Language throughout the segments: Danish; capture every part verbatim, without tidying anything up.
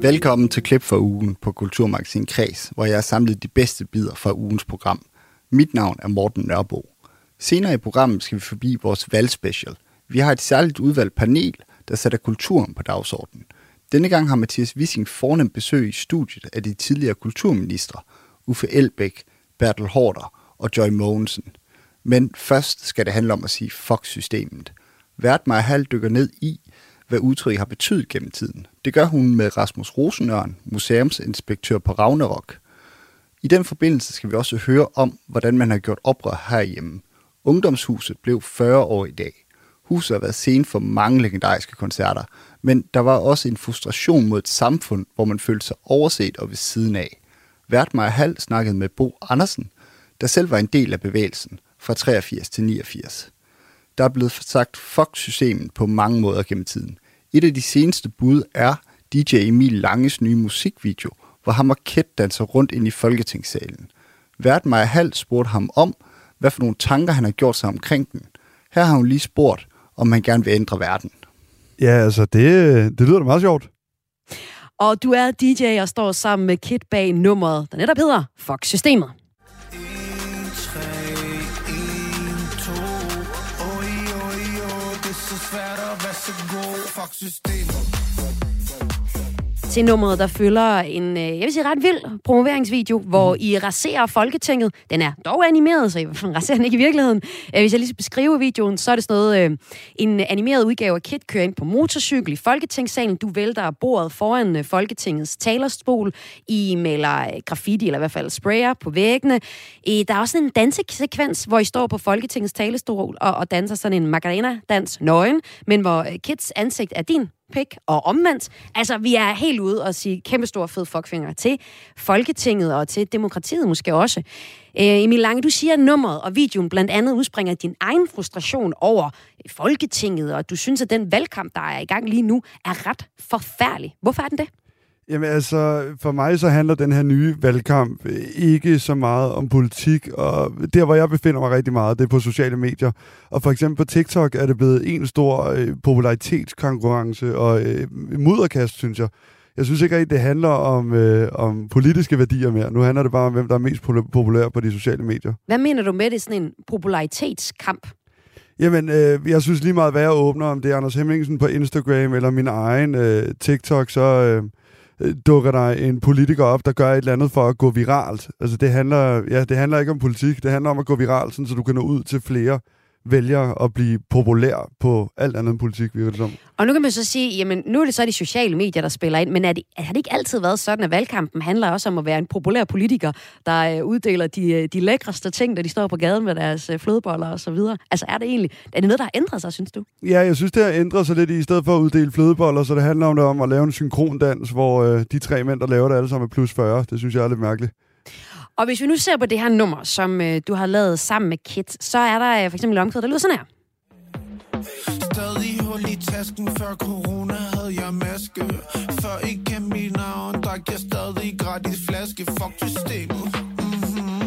Velkommen til Klip for ugen på Kulturmagasin Kreds, hvor jeg har samlet de bedste bidder fra ugens program. Mit navn er Morten Nørbo. Senere i programmet skal vi forbi vores valgspecial. Vi har et særligt udvalgt panel, der sætter kulturen på dagsordenen. Denne gang har Mathias Wissing fornemt besøg i studiet af de tidligere kulturministre, Uffe Elbæk, Bertel Haarder og Joy Mogensen. Men først skal det handle om at sige fuck systemet. Vært Maja Hall dykker ned i, hvad udtrykket har betydet gennem tiden. Det gør hun med Rasmus Rosenørn, museumsinspektør på Ragnarok. I den forbindelse skal vi også høre om, hvordan man har gjort oprør herhjemme. Ungdomshuset blev fyrre år i dag. Huset har været scene for mange legendariske koncerter, men der var også en frustration mod et samfund, hvor man følte sig overset og ved siden af. Vært Maja Hall snakkede med Bo Andersen, der selv var en del af bevægelsen fra treogfirs til niogfirs. Der er blevet sagt fuck systemet på mange måder gennem tiden. Et af de seneste bud er D J Emil Langes nye musikvideo, hvor ham og Kit danser rundt ind i Folketingssalen. Vært Maja Hall spurgte ham om, hvad for nogle tanker han har gjort sig omkring den. Her har hun lige spurgt, om han gerne vil ændre verden. Ja, altså det, det lyder da meget sjovt. Og du er D J og står sammen med Kit bag nummeret, der netop hedder Fuck Systemet. Til nummeret, der følger en, jeg vil sige, ret vild promoveringsvideo, hvor I raserer Folketinget. Den er dog animeret, så I raserer den ikke i virkeligheden. Hvis jeg lige skal beskrive videoen, så er det sådan noget, en animeret udgave af Kit kører ind på motorcykel i Folketingssalen. Du vælter bordet foran Folketingets talerstol. I maler graffiti, eller i hvert fald sprayer på væggene. Der er også en dansesekvens, hvor I står på Folketingets talerstol og, og danser sådan en Macarena-dans nøgen, men hvor Kits ansigt er din pik og omvendt. Altså, vi er helt ude og sige kæmpestor fed fuckfinger til Folketinget og til demokratiet måske også. Øh, Emil Lange, du siger, at nummeret og videoen blandt andet udspringer din egen frustration over Folketinget, og du synes, at den valgkamp, der er i gang lige nu, er ret forfærdelig. Hvorfor er den det? Jamen altså, for mig så handler den her nye valgkamp ikke så meget om politik, og der, hvor jeg befinder mig rigtig meget, det er på sociale medier. Og for eksempel på TikTok er det blevet en stor øh, popularitetskonkurrence og øh, mudderkast, synes jeg. Jeg synes ikke rigtig, det handler om, øh, om politiske værdier mere. Nu handler det bare om, hvem der er mest populær på de sociale medier. Hvad mener du med det, sådan en popularitetskamp? Jamen, øh, jeg synes lige meget, hvad jeg åbner, om det er Anders Hemmingsen på Instagram eller min egen øh, TikTok, så Øh, dukker der en politiker op, der gør et eller andet for at gå viralt. Altså det handler, ja, det handler ikke om politik, det handler om at gå viralt, sådan, så du kan nå ud til flere vælgere og blive populær på alt andet end politik, virker det som. Og nu kan man så sige, jamen nu er det så de sociale medier, der spiller ind, men er det, har det ikke altid været sådan, at valgkampen handler også om at være en populær politiker, der øh, uddeler de, de lækreste ting, da de står på gaden med deres øh, flødeboller og så videre? Altså er det egentlig, er det noget, der har ændret sig, synes du? Ja, jeg synes, det har ændret sig lidt i stedet for at uddele flødeboller, så det handler om, det, om at lave en synkrondans, hvor øh, de tre mænd, der laver det alle sammen er plus fyrre. Det synes jeg er lidt mærkeligt. Og hvis vi nu ser på det her nummer, som øh, du har lavet sammen med Kit, så er der øh, for eksempel omkvædet, der lyder sådan her. Stadig hul i tasken, før corona havde jeg maske. Før ikke mit navn, drak jeg stadig gratis flaske. Fuck systemet. Mm-hmm.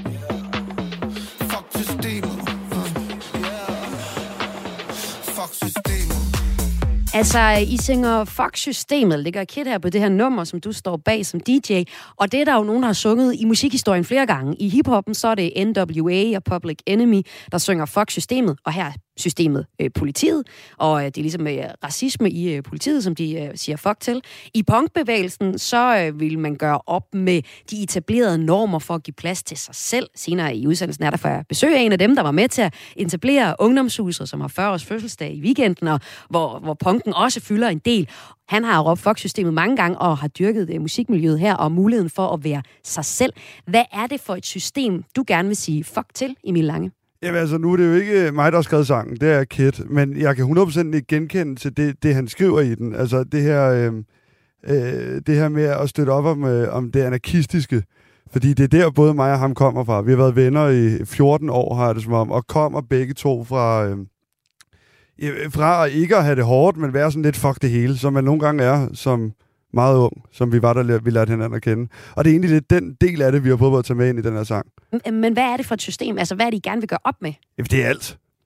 Fuck systemet. Yeah. Fuck systemet. Altså, I synger fuck systemet, det gør Kit her på det her nummer, som du står bag som D J. Og det er der jo nogen, der har sunget i musikhistorien flere gange. I hiphoppen, så er det N W A og Public Enemy, der synger fuck systemet. Og her systemet øh, politiet, og øh, det er ligesom øh, racisme i øh, politiet, som de øh, siger fuck til. I punkbevægelsen, så øh, vil man gøre op med de etablerede normer for at give plads til sig selv. Senere i udsendelsen er der for at besøge en af dem, der var med til at etablere ungdomshuset, som har fyrre års fødselsdag i weekenden, og hvor, hvor punken også fylder en del. Han har råbt fuck-systemet mange gange og har dyrket det, musikmiljøet her og muligheden for at være sig selv. Hvad er det for et system, du gerne vil sige fuck til, Emil Lange? Jamen altså, nu er det jo ikke mig, der har skrevet sangen, det er Kit, men jeg kan hundrede procent ikke genkende til det, det, han skriver i den. Altså det her, øh, øh, det her med at støtte op om, øh, om det anarkistiske, fordi det er der, både mig og ham kommer fra. Vi har været venner i fjorten år, har det som om, og kommer begge to fra, øh, fra ikke at have det hårdt, men være sådan lidt fuck det hele, som man nogle gange er som meget ung, som vi var der, vi lærte hinanden at kende. Og det er egentlig lidt den del af det, vi har prøvet at tage med ind i den her sang. Men hvad er det for et system? Altså, hvad er det, I gerne vil gøre op med? Jamen, det er alt.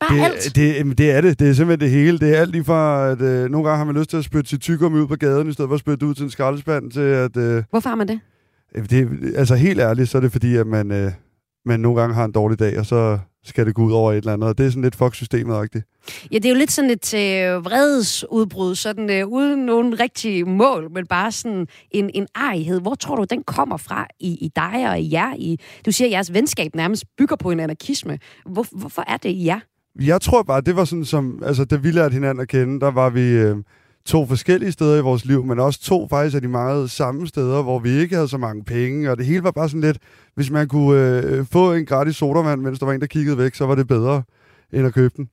Bare det, alt? Det, det er det. Det er simpelthen det hele. Det er alt lige fra, at øh, nogle gange har man lyst til at spytte sit tyggegummi ud på gaden, i stedet for at spytte ud til en skraldespand til at... Øh, Hvorfor har man det? det? Altså helt ærligt, så er det fordi, at man, øh, man nogle gange har en dårlig dag, og så skal det gå ud over et eller andet. Og det er sådan lidt fuck-systemet-agtigt. Ja, det er jo lidt sådan et øh, vredesudbrud, sådan øh, uden nogen rigtige mål, men bare sådan en, en arighed. Hvor tror du, den kommer fra i, i dig og i jer? I, du siger, at jeres venskab nærmest bygger på en anarkisme. Hvor, hvorfor er det i jer? Jeg tror bare, det var sådan som... Altså, da vi lærte hinanden at kende, der var vi øh, to forskellige steder i vores liv, men også to faktisk af de meget samme steder, hvor vi ikke havde så mange penge, og det hele var bare sådan lidt... Hvis man kunne øh, få en gratis sodavand, mens der var en, der kiggede væk, så var det bedre end at købe den.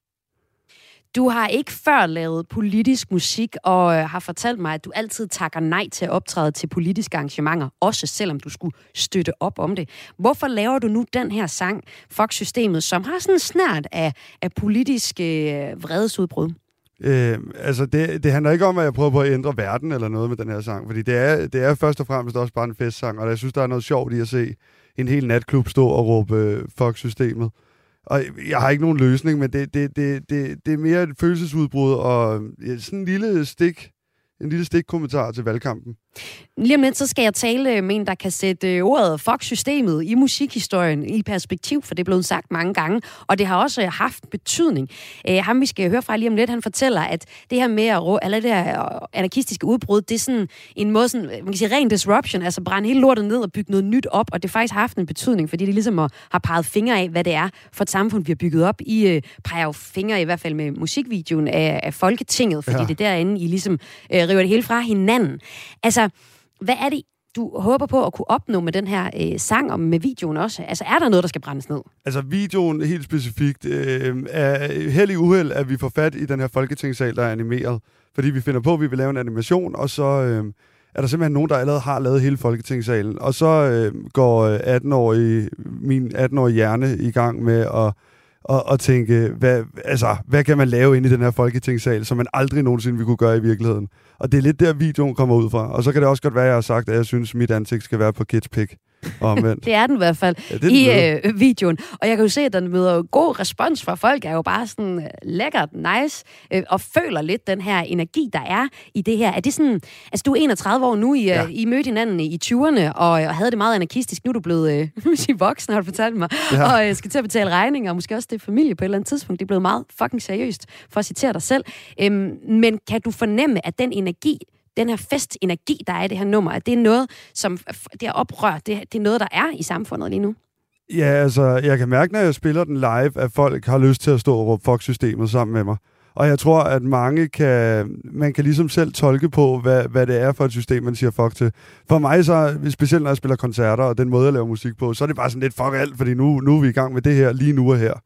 Du har ikke før lavet politisk musik, og øh, har fortalt mig, at du altid takker nej til at optræde til politiske arrangementer, også selvom du skulle støtte op om det. Hvorfor laver du nu den her sang, Fuck Systemet, som har sådan en snert af, af politiske øh, vredesudbrud? Øh, altså, det, det handler ikke om, at jeg prøver på at ændre verden eller noget med den her sang, fordi det er, det er først og fremmest også bare en festsang, og jeg synes, der er noget sjovt i at se en hel natklub stå og råbe øh, Fuck Systemet. Og jeg har ikke nogen løsning, men det, det, det, det, det er mere et følelsesudbrud og ja, sådan en lille stik, en lille stikkommentar til valgkampen. Lige om lidt, så skal jeg tale med en, der kan sætte ordet fuck systemet i musikhistorien i perspektiv, for det er blevet sagt mange gange, og det har også haft betydning. Uh, ham, vi skal høre fra lige om lidt, han fortæller, at det her med at rå, eller det her anarkistiske udbrud, det er sådan en måde, sådan, man kan sige ren disruption, altså brænde hele lortet ned og bygge noget nyt op, og det faktisk har haft en betydning, fordi det ligesom har peget fingre af, hvad det er for et samfund, vi har bygget op. I uh, peger jo fingre i hvert fald med musikvideoen af, af Folketinget, fordi ja. det er derinde, I ligesom uh, river det hele fra hinanden. Altså, hvad er det, du håber på at kunne opnå med den her øh, sang og med videoen også? Altså, er der noget, der skal brændes ned? Altså, videoen helt specifikt øh, er held i uheld, at vi får fat i den her folketingssal, der er animeret. Fordi vi finder på, at vi vil lave en animation, og så øh, er der simpelthen nogen, der allerede har lavet hele folketingssalen. Og så øh, går atten-årige, min atten-årige hjerne i gang med at Og, og tænke, hvad, altså, hvad kan man lave inde i den her folketingssal, som man aldrig nogensinde ville kunne gøre i virkeligheden. Og det er lidt der, videoen kommer ud fra. Og så kan det også godt være, at jeg har sagt, at jeg synes, at mit ansigt skal være på Kids Pick. Det er den i hvert fald ja, i øh, videoen. Og jeg kan jo se, at den møder god respons fra folk, er jo bare sådan øh, lækkert, nice, øh, og føler lidt den her energi, der er i det her. Er det sådan, altså du er enogtredive år nu, I, ja. I mødte hinanden i tyverne, og, og havde det meget anarkistisk. Nu er du blevet øh, sige, voksen, har du fortalt mig, ja. og øh, skal til at betale regninger, og måske også det familie på et eller andet tidspunkt. Det er blevet meget fucking seriøst, for at citere dig selv. Øhm, men kan du fornemme, at den energi, den her festenergi, der er i det her nummer, at det er noget, som det er oprør, det, det er noget, der er i samfundet lige nu? Ja, altså, jeg kan mærke, når jeg spiller den live, at folk har lyst til at stå og råbe fuck-systemet sammen med mig. Og jeg tror, at mange kan, man kan ligesom selv tolke på, hvad, hvad det er for et system, man siger fuck til. For mig så, specielt når jeg spiller koncerter, og den måde, jeg laver musik på, så er det bare sådan lidt fuck alt, fordi nu, nu er vi i gang med det her, lige nu og her.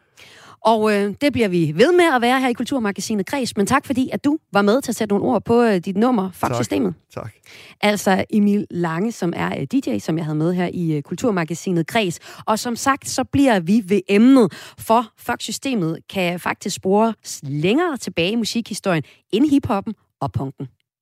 Og øh, det bliver vi ved med at være her i Kulturmagasinet Kres. Men tak fordi, at du var med til at sætte nogle ord på øh, dit nummer, Fuck Systemet. Tak. Altså Emil Lange, som er øh, D J, som jeg havde med her i øh, Kulturmagasinet Kres. Og som sagt, så bliver vi ved emnet, for Fuck Systemet kan faktisk spore længere tilbage i musikhistorien end hiphoppen og punken.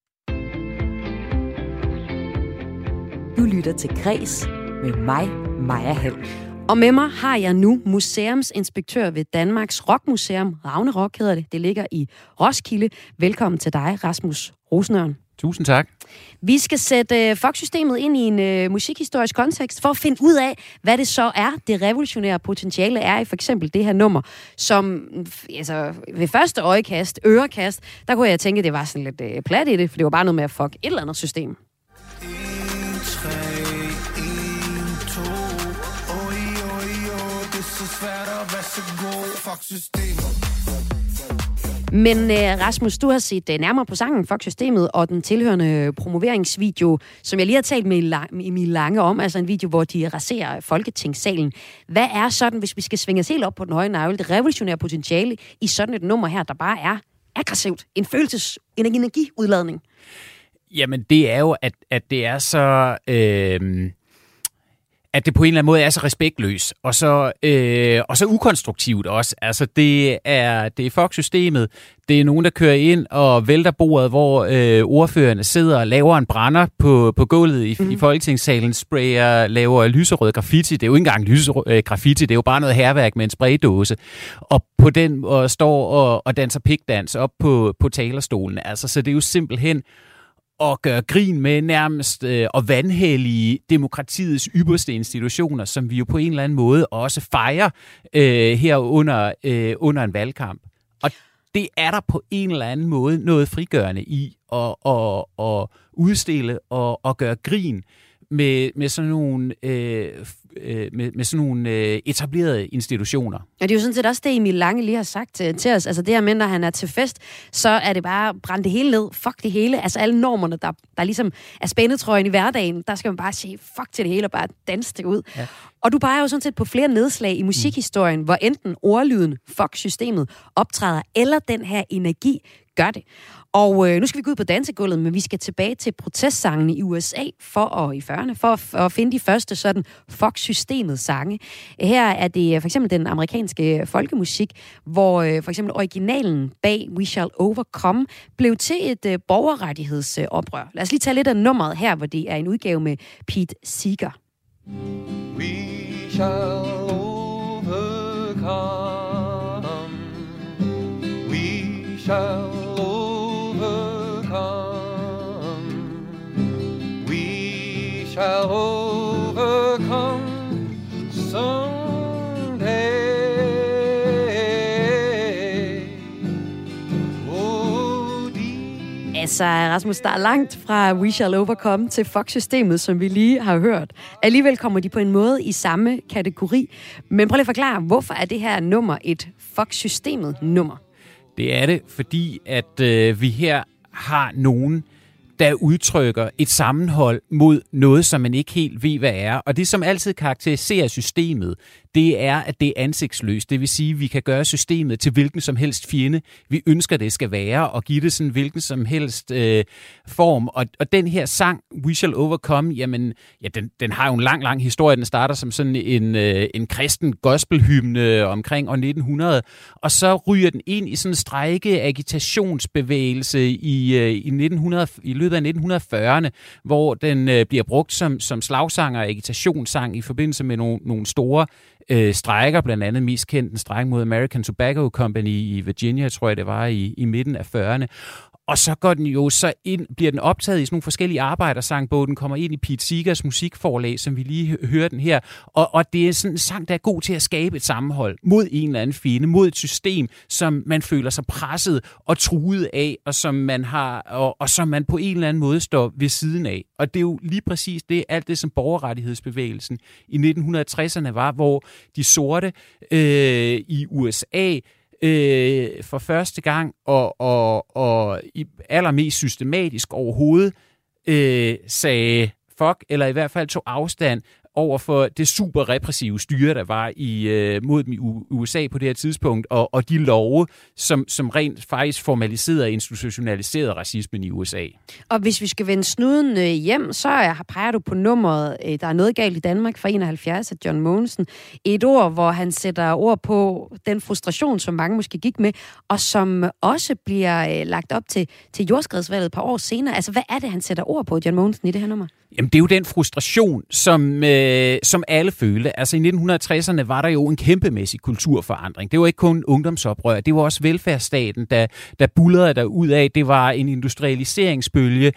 Du lytter til Kres med mig, Maja Hall. Og med mig har jeg nu museumsinspektør ved Danmarks Rockmuseum. Ragnarok hedder det. Det ligger i Roskilde. Velkommen til dig, Rasmus Rosenørn. Tusind tak. Vi skal sætte uh, Fuck-systemet ind i en uh, musikhistorisk kontekst, for at finde ud af, hvad det så er, det revolutionære potentiale er i for eksempel det her nummer, som altså, ved første øjekast, ørekast, der kunne jeg tænke, at det var sådan lidt uh, plat i det, for det var bare noget med at fuck et eller andet system. Men uh, Rasmus, du har set uh, nærmere på sangen Fuck Systemet og den tilhørende promoveringsvideo, som jeg lige har talt med Emil Lange om, altså en video, hvor de raserer Folketingssalen. Hvad er sådan, hvis vi skal svinge os helt op på den høje navle, det revolutionære potentiale i sådan et nummer her, der bare er aggressivt, en følelses, en energiudladning? Jamen, det er jo, at, at det er så... Øh... at det på en eller anden måde er så respektløst, og så, øh, og så ukonstruktivt også. Altså, det er, det er Fox-systemet. Det er nogen, der kører ind og vælter bordet, hvor øh, ordførerne sidder og laver en brænder på, på gulvet i, mm. i Folketingssalen, sprayer, laver lyserød graffiti. Det er jo ikke engang lyserød øh, graffiti, det er jo bare noget hærværk med en spraydåse. Og på den og står og, og danser pigdans op på, på talerstolen. Altså, så det er jo simpelthen at gøre grin med nærmest øh, og vanhellige demokratiets ypperste institutioner, som vi jo på en eller anden måde også fejrer øh, her under, øh, under en valgkamp. Og det er der på en eller anden måde noget frigørende i at, at, at udstille og at gøre grin med, med sådan nogle, øh, med, med sådan nogle øh, etablerede institutioner. Ja, det er jo sådan set også det, Emil Lange lige har sagt til, til os. Altså det her med, når han er til fest, så er det bare at brænde det hele ned. Fuck det hele. Altså alle normerne, der, der ligesom er spændetrøjen i hverdagen, der skal man bare sige fuck til det hele og bare danse det ud. Ja. Og du peger jo sådan set på flere nedslag i musikhistorien, mm. hvor enten ordlyden, fuck systemet, optræder, eller den her energi gør det. Og øh, nu skal vi gå ud på dansegulvet, men vi skal tilbage til protestsangene i U S A for, og i fyrrerne, for at, for at finde de første sådan fuck-systemet sange. Her er det for eksempel den amerikanske folkemusik, hvor øh, for eksempel originalen bag We Shall Overcome blev til et øh, borgerrettighedsoprør. Øh, Lad os lige tage lidt af nummeret her, hvor det er en udgave med Pete Seeger. We shall overcome. We shall shall overcome someday. Oh, altså, Rasmus, der er langt fra We Shall Overcome til Fox-systemet, som vi lige har hørt. Alligevel kommer de på en måde i samme kategori. Men prøv lige at forklare, hvorfor er det her nummer et Fox-systemet-nummer? Det er det, fordi at øh, vi her har nogen, der udtrykker et sammenhold mod noget, som man ikke helt ved, hvad er. Og det, som altid karakteriserer systemet, det er, at det er ansigtsløst. Det vil sige, at vi kan gøre systemet til hvilken som helst fjende, vi ønsker, det skal være, og give det sådan hvilken som helst øh, form. Og, og den her sang, We Shall Overcome, jamen, ja, den, den har jo en lang, lang historie. Den starter som sådan en, øh, en kristen gospelhymne omkring år nitten hundrede, og så ryger den ind i sådan en strejke agitationsbevægelse i, øh, i, nitten hundrede, i løbet af nitten fyrrerne, hvor den øh, bliver brugt som, som slagsanger og agitationssang i forbindelse med nogle, nogle store øh, strejker, blandt andet mest kendt en strejke mod American Tobacco Company i Virginia, tror jeg det var, i, i midten af fyrrerne. Og så går den jo så ind, bliver den optaget i sådan nogle forskellige arbejdersangbog. Den kommer ind i Pete Seegers musikforlag, som vi lige hører den her. Og, og det er sådan en sang, der er god til at skabe et sammenhold mod en eller anden fjende, mod et system, som man føler sig presset og truet af, og som man har, og, og som man på en eller anden måde står ved siden af. Og det er jo lige præcis det, alt det, som borgerrettighedsbevægelsen i nitten tresserne var, hvor de sorte øh, i U S A Øh, for første gang og, og, og i allermest systematisk overhovedet øh, sagde fuck, eller i hvert fald tog afstand over for det super repressive styre, der var i øh, mod dem i U S A på det her tidspunkt, og, og de love, som, som rent faktisk formaliserede og institutionaliserede racismen i U S A. Og hvis vi skal vende snuden øh, hjem, så øh, peger du på nummeret, øh, der er noget galt i Danmark fra enoghalvfjerds af John Mogensen. Et ord, hvor han sætter ord på den frustration, som mange måske gik med, og som også bliver øh, lagt op til, til jordskredsvalget et par år senere. Altså, hvad er det, han sætter ord på, John Mogensen, i det her nummer? Jamen, det er jo den frustration, som, øh, som alle følte. Altså, i nitten tresserne var der jo en kæmpemæssig kulturforandring. Det var ikke kun ungdomsoprør, det var også velfærdsstaten, der, der bullerede derud af. Det var en industrialiseringsbølge.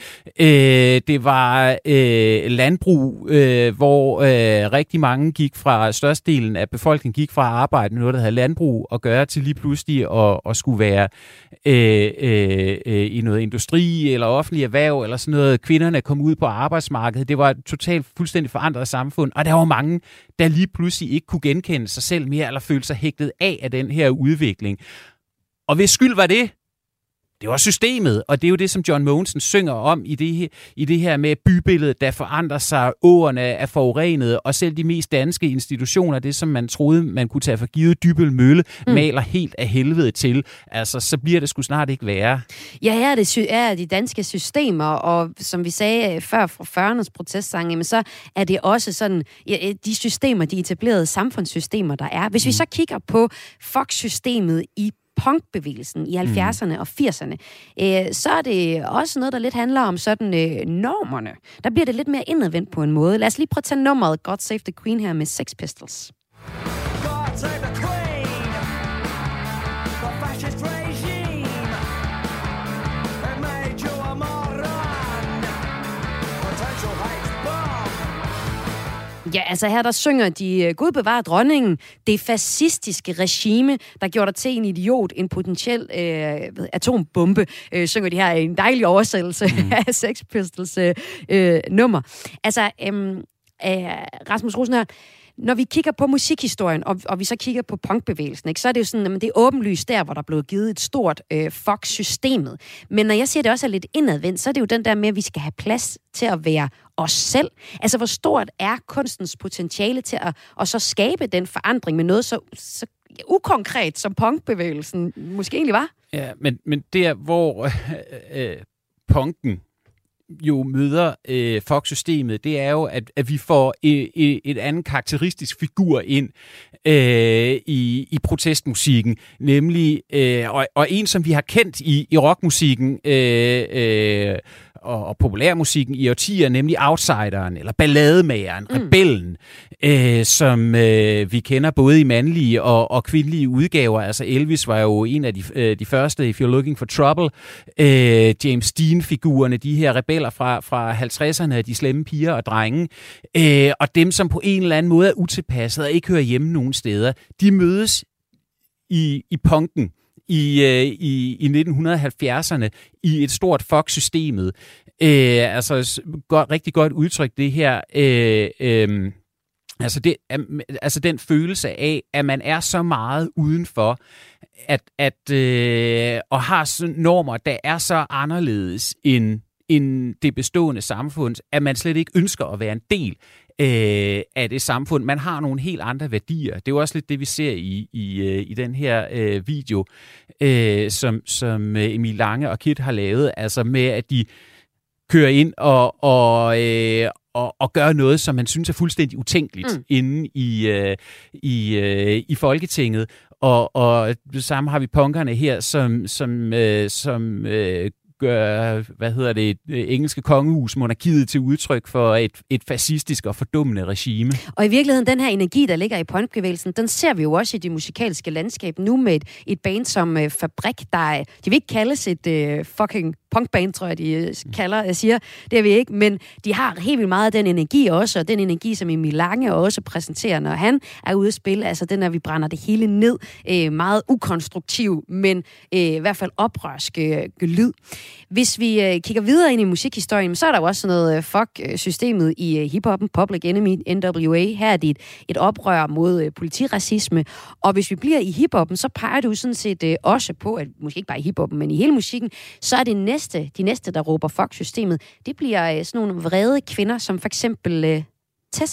Øh, det var øh, landbrug, øh, hvor øh, rigtig mange gik fra, størstedelen af befolkningen gik fra at arbejde med noget, der havde landbrug at gøre, til lige pludselig at, at skulle være øh, øh, øh, i noget industri eller offentlig erhverv eller sådan noget. Kvinderne kom ud på arbejdsmarkedet. Det var et totalt fuldstændig forandret samfund, og der var mange, der lige pludselig ikke kunne genkende sig selv mere, eller følte sig hægtet af af den her udvikling. Og hvis skyld var det? det er også systemet, og det er jo det, som John Mogensen synger om i det her, i det her med bybilledet, der forandrer sig, åerne er forurenet, og selv de mest danske institutioner, det som man troede, man kunne tage for givet, Dybbøl Mølle, mm. maler helt af helvede til. Altså, så bliver det sgu snart ikke værre. Ja, her er det sy- er de danske systemer, og som vi sagde før fra fyrreernes protestsange, men så er det også sådan, ja, de systemer, de etablerede samfundssystemer, der er. Hvis mm. vi så kigger på Fox-systemet i punkbevægelsen i halvfjerdserne mm. og firserne, øh, så er det også noget, der lidt handler om sådan øh, normerne. Der bliver det lidt mere indadvendt på en måde. Lad os lige prøve at tage nummeret God Save the Queen her med Sex Pistols. God save the Queen, the fascist regime, it made you a moron, potential hate bomb. Ja, altså her der synger de, Gud bevarer dronningen, det fascistiske regime, der gjorde dig til en idiot, en potentiel øh, atombombe, øh, synger de her en dejlig oversættelse mm. af Sex Pistols øh, nummer. Altså, øh, øh, Rasmus Rosenørn, når vi kigger på musikhistorien, og, og vi så kigger på punkbevægelsen, ikke, så er det jo sådan, at det er åbenlyst der, hvor der er blevet givet et stort øh, Fox-systemet. Men når jeg siger, det også er lidt indadvendt, så er det jo den der med, at vi skal have plads til at være os selv. Altså, hvor stort er kunstens potentiale til at og så skabe den forandring med noget så, så ukonkret, som punkbevægelsen måske egentlig var? Ja, men, men der, hvor øh, øh, punken jo møder øh, Fox-systemet, det er jo, at, at vi får et, et, et andet karakteristisk figur ind øh, i, i protestmusikken, nemlig, øh, og, og en, som vi har kendt i, i rockmusikken øh, øh, og, og populærmusikken i årtier, nemlig outsideren, eller ballademageren, mm. rebellen, øh, som øh, vi kender både i mandlige og, og kvindelige udgaver. Altså Elvis var jo en af de, øh, de første, If You're Looking for Trouble. Øh, James Dean-figurerne, de her rebeller fra, fra halvtredserne, de slemme piger og drenge, øh, og dem, som på en eller anden måde er utilpasset og ikke hører hjemme nogen steder, de mødes i, i punken. I, øh, i, i nitten halvfjerdserne i et stort Fox-systemet. Øh, altså, godt, rigtig godt udtryk det her. Øh, øh, altså, det, altså den følelse af, at man er så meget udenfor, at, at, øh, og har normer, der er så anderledes end, end det bestående samfund, at man slet ikke ønsker at være en del øh, af det samfund. Man har nogle helt andre værdier. Det er jo også lidt det, vi ser i, i, i den her øh, video, øh, som, som Emil Lange og Kit har lavet, altså med, at de kører ind og, og, øh, og, og gør noget, som man synes er fuldstændig utænkeligt mm. inde i, øh, i, øh, i Folketinget. Og, og det samme har vi punkerne her, som, som, øh, som øh, gør, hvad hedder det, det engelske kongehus, monarkiet, til udtryk for et, et fascistisk og fordummende regime. Og i virkeligheden, den her energi, der ligger i punkbevægelsen, den ser vi jo også i det musikalske landskab nu med et, et band som uh, Fabrik, der, de vil ikke kaldes et uh, fucking punkband, tror jeg, de kalder, jeg siger, det er vi ikke, men de har helt vildt meget af den energi også, og den energi, som Emil Lange også præsenterer, når han er ude at spille, altså den, at vi brænder det hele ned, øh, meget ukonstruktiv, men øh, i hvert fald oprørsk øh, lyd. Hvis vi øh, kigger videre ind i musikhistorien, så er der jo også noget øh, fuck-systemet i øh, hiphoppen, Public Enemy, N W A. Her er det et, et oprør mod øh, politiracisme, og hvis vi bliver i hiphoppen, så peger du sådan set øh, også på, at måske ikke bare i hiphoppen, men i hele musikken, så er det næste De næste, der råber fuck-systemet, det bliver øh, sådan nogle vrede kvinder, som for eksempel øh, Tessa.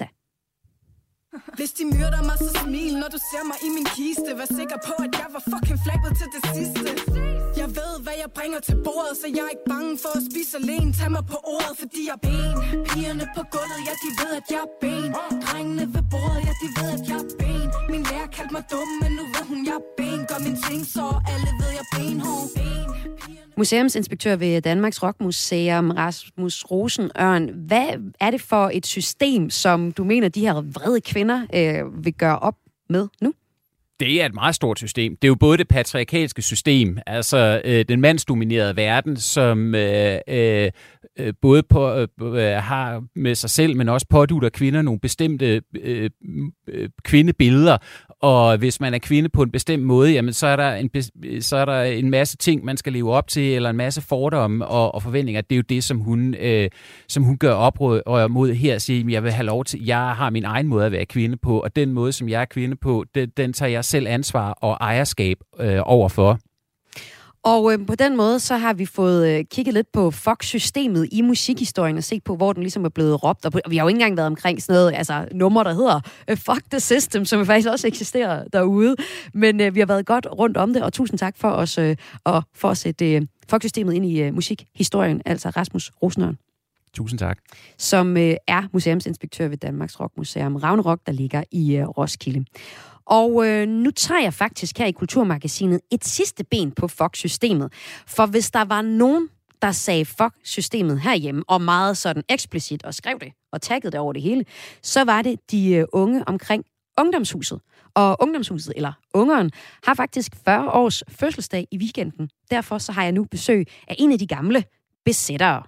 Hvis de myrder mig, så smil, når du ser mig i min kiste. Vær sikker på, at jeg var fucking flabet til det sidste. Jeg ved, hvad jeg bringer til bordet, så jeg er ikke bange for at spise alene. Tag mig på ordet, fordi jeg er ben. Pigerne på gulvet, ja, de ved, at jeg er ben. Drengene ved bordet, ja, de ved, at jeg er ben. Min lærer kaldte mig dum, men nu ved hun, jeg er ben. Gør min ting, så alle ved, jeg er benhård. Ben. Museumsinspektør ved Danmarks Rockmuseum, Rasmus Rosenørn. Hvad er det for et system, som du mener, de her vrede kvinder øh, vil gøre op med nu? Det er et meget stort system. Det er jo både det patriarkalske system, altså øh, den mandsdominerede verden, som øh, øh, både på, øh, har med sig selv, men også pådutter kvinder nogle bestemte øh, øh, kvindebilleder. Og hvis man er kvinde på en bestemt måde, jamen, så, er der en, så er der en masse ting, man skal leve op til, eller en masse fordomme og, og forventninger. Det er jo det, som hun, øh, som hun gør oprør mod her, at sige, jeg vil have lov til, jeg har min egen måde at være kvinde på, og den måde, som jeg er kvinde på, den, den tager jeg selv ansvar og ejerskab øh, overfor. Og øh, på den måde, så har vi fået øh, kigget lidt på Fox-systemet i musikhistorien og set på, hvor den ligesom er blevet råbt. Og, på, og vi har jo ikke engang været omkring sådan noget, altså nummer, der hedder øh, Fuck the System, som faktisk også eksisterer derude. Men øh, vi har været godt rundt om det, og tusind tak for os øh, og for at sætte øh, Fox-systemet ind i øh, musikhistorien, altså Rasmus Rosenørn. Tusind tak. Som øh, er museumsinspektør ved Danmarks Rockmuseum Ragnarok, der ligger i øh, Roskilde. Og øh, nu tager jeg faktisk her i Kulturmagasinet et sidste ben på Fox-systemet. For hvis der var nogen, der sagde Fox-systemet herhjemme, og meget sådan eksplicit, og skrev det, og taggede det over det hele, så var det de øh, unge omkring Ungdomshuset. Og Ungdomshuset, eller Ungeren, har faktisk fyrre års fødselsdag i weekenden. Derfor så har jeg nu besøg af en af de gamle besættere.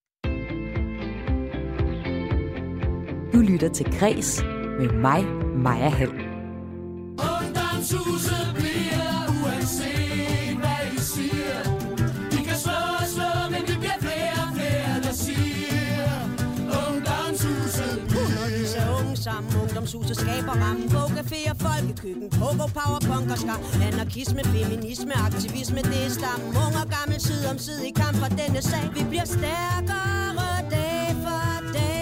Du lytter til Kres med mig, Maja Hall. Ungdomshuset bliver uanset hvad I siger. Vi kan slå og slå, men vi bliver flere og flere, der siger Ungdomshuset hundredvis af unge sammen. Ungdomshuset skaber rammen. Bogcaféer, folkekøkken, pogo, power, punk og skar. Anarkisme, feminisme, aktivisme, det er stammen. Ung og gammel, side om side i kamp for denne sag. Vi bliver stærkere dag for dag.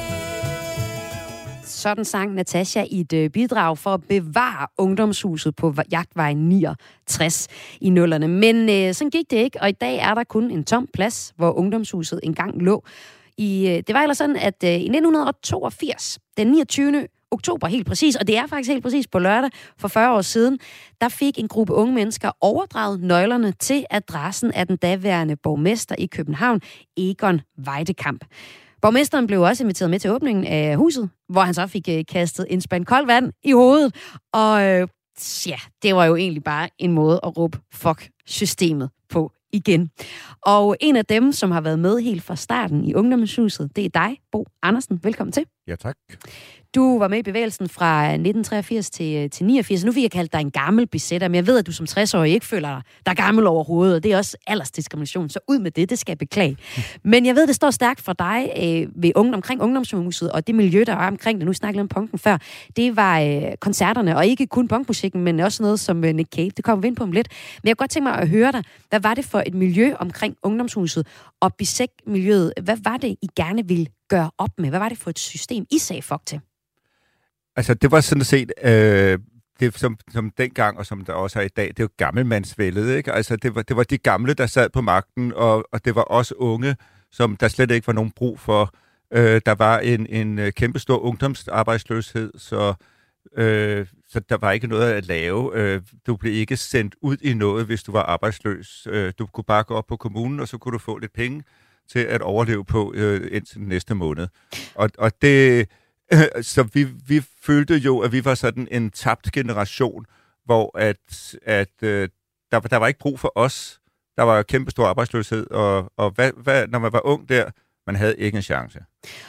Sådan sang Natasha i et øh, bidrag for at bevare Ungdomshuset på Jagtvej niogtres i nullerne. Men øh, sådan gik det ikke, og i dag er der kun en tom plads, hvor Ungdomshuset engang lå. I, øh, det var ellers sådan, at øh, i nitten toogfirs, den niogtyvende oktober helt præcis, og det er faktisk helt præcis på lørdag for fyrre år siden, der fik en gruppe unge mennesker overdraget nøglerne til adressen af den daværende borgmester i København, Egon Weidekamp. Borgmesteren blev også inviteret med til åbningen af huset, hvor han så fik øh, kastet en spand koldt vand i hovedet. Og øh, ja, det var jo egentlig bare en måde at råbe fuck systemet på igen. Og en af dem, som har været med helt fra starten i Ungdomshuset, det er dig, Bo Andersen. Velkommen til. Ja, tak. Du var med i bevægelsen fra nitten treogfirs til, til niogfirs. Nu vil jeg kalde dig en gammel besætter, men jeg ved, at du som tres-årig ikke føler dig, der er gammel overhovedet, og det er også aldersdiskrimination, så ud med det, det skal jeg beklage. Men jeg ved, det står stærkt for dig øh, ved unge, omkring Ungdomshuset, og det miljø, der var omkring det. Nu snakkede jeg om punken før. Det var øh, koncerterne, og ikke kun punkmusikken, men også noget som øh, Nick Cave. Det kommer vi ind på om lidt. Men jeg kunne godt tænke mig at høre dig. Hvad var det for et miljø omkring Ungdomshuset og bisek-miljøet? Hvad var det, I gerne ville gøre op med? Hvad var det for et system, I sagde fuck til? Altså, det var sådan set, øh, det som, som dengang, og som der også er i dag, det er jo gammelmandsvældet, ikke? Altså, det var, det var de gamle, der sad på magten, og, og det var også unge, som der slet ikke var nogen brug for. Øh, der var en, en kæmpestor ungdomsarbejdsløshed, så, øh, så der var ikke noget at lave. Øh, du blev ikke sendt ud i noget, hvis du var arbejdsløs. Øh, du kunne bare gå op på kommunen, og så kunne du få lidt penge til at overleve på øh, indtil næste måned. Og, og det... Så vi, vi følte jo, at vi var sådan en tabt generation, hvor at, at øh, der, der var ikke brug for os. Der var kæmpestor arbejdsløshed, og, og hvad, hvad, når man var ung der, man havde ikke en chance.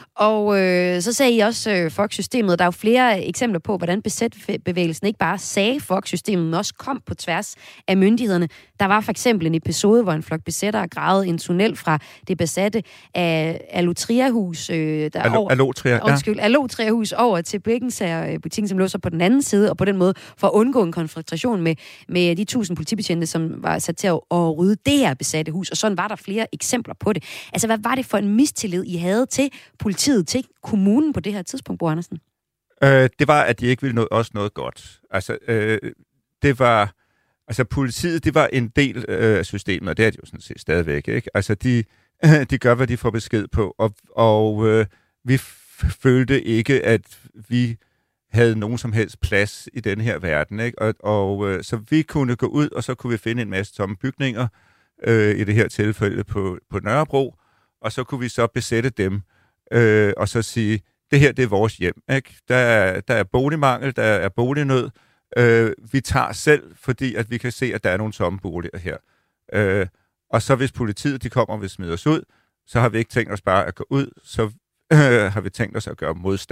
Og øh, så sagde I også øh, Fox-systemet. Der er jo flere eksempler på, hvordan besætbevægelsen ikke bare sagde Fox-systemet, men også kom på tværs af myndighederne. Der var for eksempel en episode, hvor en flok besættere gravede en tunnel fra det besatte af Alotria-hus. Øh, Alotria, ja. Undskyld, Alotria-hus over til Blikkensager-butikken, som lå så på den anden side, og på den måde for at undgå en konfrontation med, med de tusind politibetjente, som var sat til at, at rydde det her besatte hus. Og sådan var der flere eksempler på det. Altså, hvad var det for en mistillid, I havde til politiet, til kommunen på det her tidspunkt, Bo Andersen? Øh, det var, at de ikke ville noget, også noget godt. Altså, øh, det var... Altså, politiet, det var en del øh, af systemet, og det er de jo sådan set stadigvæk, ikke? Altså, de, de gør, hvad de får besked på, og, og øh, vi f- følte ikke, at vi havde nogen som helst plads i den her verden, ikke? Og, og øh, så vi kunne gå ud, og så kunne vi finde en masse tomme bygninger, øh, i det her tilfælde på, på Nørrebro, og så kunne vi så besætte dem, øh, og så sige, det her, det er vores hjem, ikke? Der er, der er boligmangel, der er bolignød, øh, vi tager selv, fordi at vi kan se, at der er nogle tomme boliger her. Øh, og så hvis politiet, de kommer og vil smide os ud, så har vi ikke tænkt os bare at gå ud, så øh, har vi tænkt os at gøre modstand.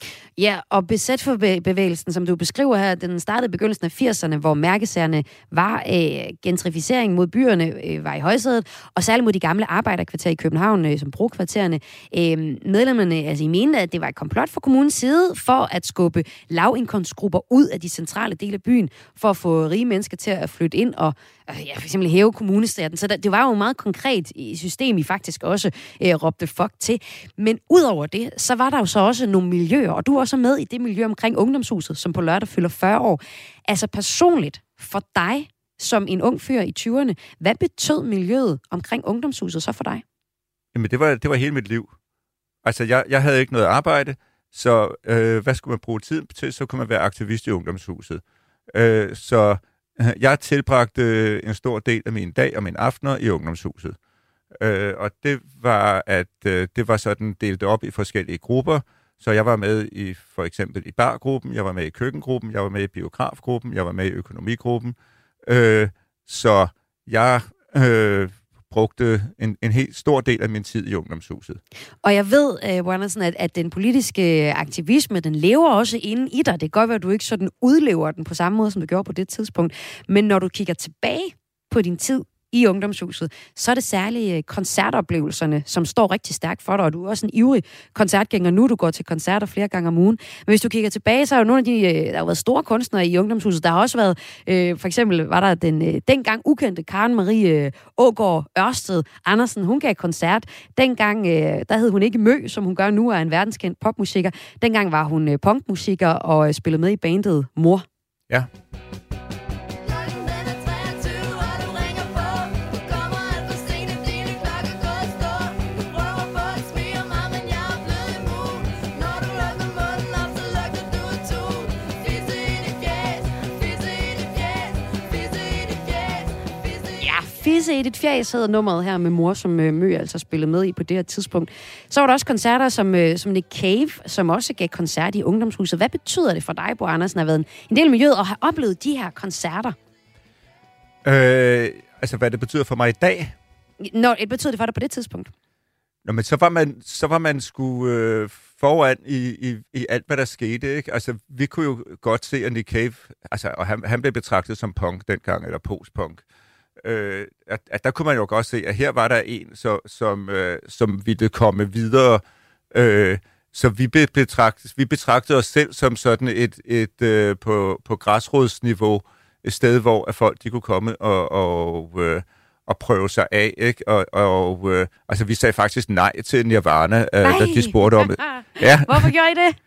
Ja, og B Z-bevægelsen, som du beskriver her, den startede i begyndelsen af firserne, hvor mærkesagerne var øh, gentrificering mod byerne, øh, var i højsædet, og særligt mod de gamle arbejderkvarterer i København, øh, som brokvartererne. Øh, medlemmerne, altså I mente, at det var et komplot fra kommunens side for at skubbe lavindkomstgrupper ud af de centrale dele af byen, for at få rige mennesker til at flytte ind og øh, ja, for eksempel hæve kommunestaten. Så der, det var jo meget konkret i system, I faktisk også øh, råbte fuck til. Men udover det, så var der jo så også nogle miljøer, og du er også med i det miljø omkring Ungdomshuset, som på lørdag fylder fyrre år. Altså personligt for dig, som en ung fyr i tyverne, hvad betød miljøet omkring Ungdomshuset så for dig? Jamen, det var, det var hele mit liv. Altså, jeg, jeg havde ikke noget arbejde, så øh, hvad skulle man bruge tid til? Så kunne man være aktivist i Ungdomshuset. Øh, så øh, jeg tilbragte øh, en stor del af min dag og mine aftener i Ungdomshuset. Øh, og det var, at øh, det var sådan delt op i forskellige grupper. Så jeg var med i for eksempel i bargruppen, jeg var med i køkkengruppen, jeg var med i biografgruppen, jeg var med i økonomigruppen. Øh, så jeg øh, brugte en, en helt stor del af min tid i Ungdomshuset. Og jeg ved, uh, Andersen, at, at den politiske aktivisme, den lever også inde i dig. Det kan godt være, at du ikke sådan udlever den på samme måde, som du gjorde på det tidspunkt. Men når du kigger tilbage på din tid i Ungdomshuset, så er det særligt koncertoplevelserne, som står rigtig stærkt for dig, og du er også en ivrig koncertgænger nu, du går til koncerter flere gange om ugen. Men hvis du kigger tilbage, så er jo nogle af de, der har været store kunstnere i Ungdomshuset. Der har også været, øh, for eksempel var der den øh, dengang ukendte Karen Marie øh, Aagaard Ørsted Andersen, hun gav koncert. Dengang, øh, der hed hun ikke Mø, som hun gør nu, er en verdenskendt popmusiker. Dengang var hun øh, punkmusiker og øh, spillede med i bandet Mor. Ja. Fisse i dit fjæs hedder nummeret her med Mor, som øh, Mø altså spillede med i på det her tidspunkt. Så var der også koncerter som, øh, som Nick Cave, som også gav koncert i Ungdomshuset. Hvad betyder det for dig, Bo Andersen, at have været en, en del af miljøet og have oplevet de her koncerter? Øh, altså, hvad det betyder for mig i dag? Nå, det betyder det for dig på det tidspunkt? Nå, men så var man, så var man sgu øh, foran i, i, i alt, hvad der skete, ikke? Altså, vi kunne jo godt se, at Nick Cave, altså, og han, han blev betragtet som punk dengang, eller post-punk. Øh, at, at der kunne man jo godt se, at her var der en, så, som, øh, som ville komme videre. Øh, så vi, be, betragt, vi betragtede os selv som sådan et, et øh, på, på græsrodsniveau, et sted, hvor at folk de kunne komme og, og, øh, og prøve sig af. Ikke? Og, og, øh, altså, vi sagde faktisk nej til Nirvana, øh, da de spurgte om det. Ja. Hvorfor gjorde I det?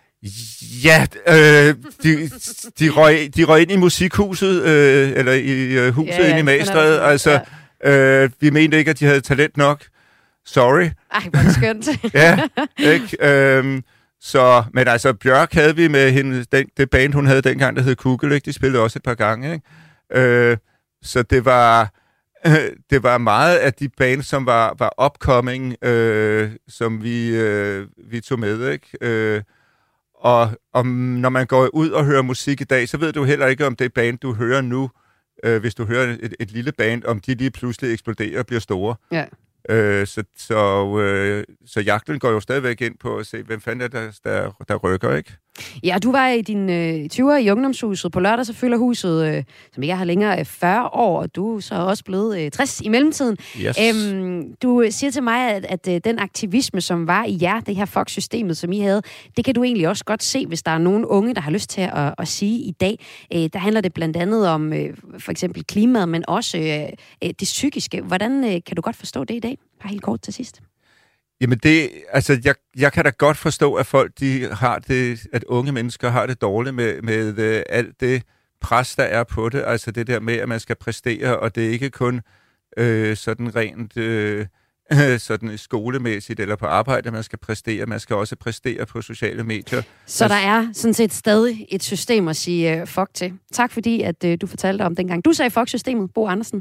Ja, øh, de, de, røg, de røg ind i musikhuset, øh, eller i øh, huset ja, ja, inde i Magstræde. Altså, ja. øh, vi mente ikke, at de havde talent nok. Sorry. Ej, hvor er det skønt. Ja, ikke? Øhm, så, men altså, Bjørk havde vi med hende, den, det band, hun havde dengang, der hed Kugel, ikke? De spillede også et par gange, ikke? Øh, så det var, øh, det var meget af de bands, som var, var upcoming, øh, som vi, øh, vi tog med, ikke? Øh, Og om, når man går ud og hører musik i dag, så ved du heller ikke, om det band, du hører nu, øh, hvis du hører et, et lille band, om de lige pludselig eksploderer og bliver store. Ja. Øh, så, så, øh, så jagten går jo stadigvæk ind på at se, hvem fanden er der, der, der rykker, ikke? Ja, du var i din øh, tyverne i Ungdomshuset. På lørdag så fylder huset, øh, som ikke har længere, fyrre år, og du er så også blevet øh, tres i mellemtiden. Yes. Æm, du siger til mig, at, at, at den aktivisme, som var i jer, det her Fox-systemet, som I havde, det kan du egentlig også godt se, hvis der er nogen unge, der har lyst til at, at sige i dag. Øh, der handler det blandt andet om øh, for eksempel klimaet, men også øh, det psykiske. Hvordan øh, kan du godt forstå det i dag? Bare helt kort til sidst. Jamen det, altså jeg, jeg kan da godt forstå, at folk, de har det, at unge mennesker har det dårligt med, med uh, alt det pres, der er på det. Altså det der med, at man skal præstere, og det er ikke kun øh, sådan rent øh, sådan skolemæssigt eller på arbejde, man skal præstere. Man skal også præstere på sociale medier. Så der er sådan set stadig et system at sige uh, fuck til. Tak fordi, at uh, du fortalte om dengang. Du sagde fuck-systemet, Bo Andersen.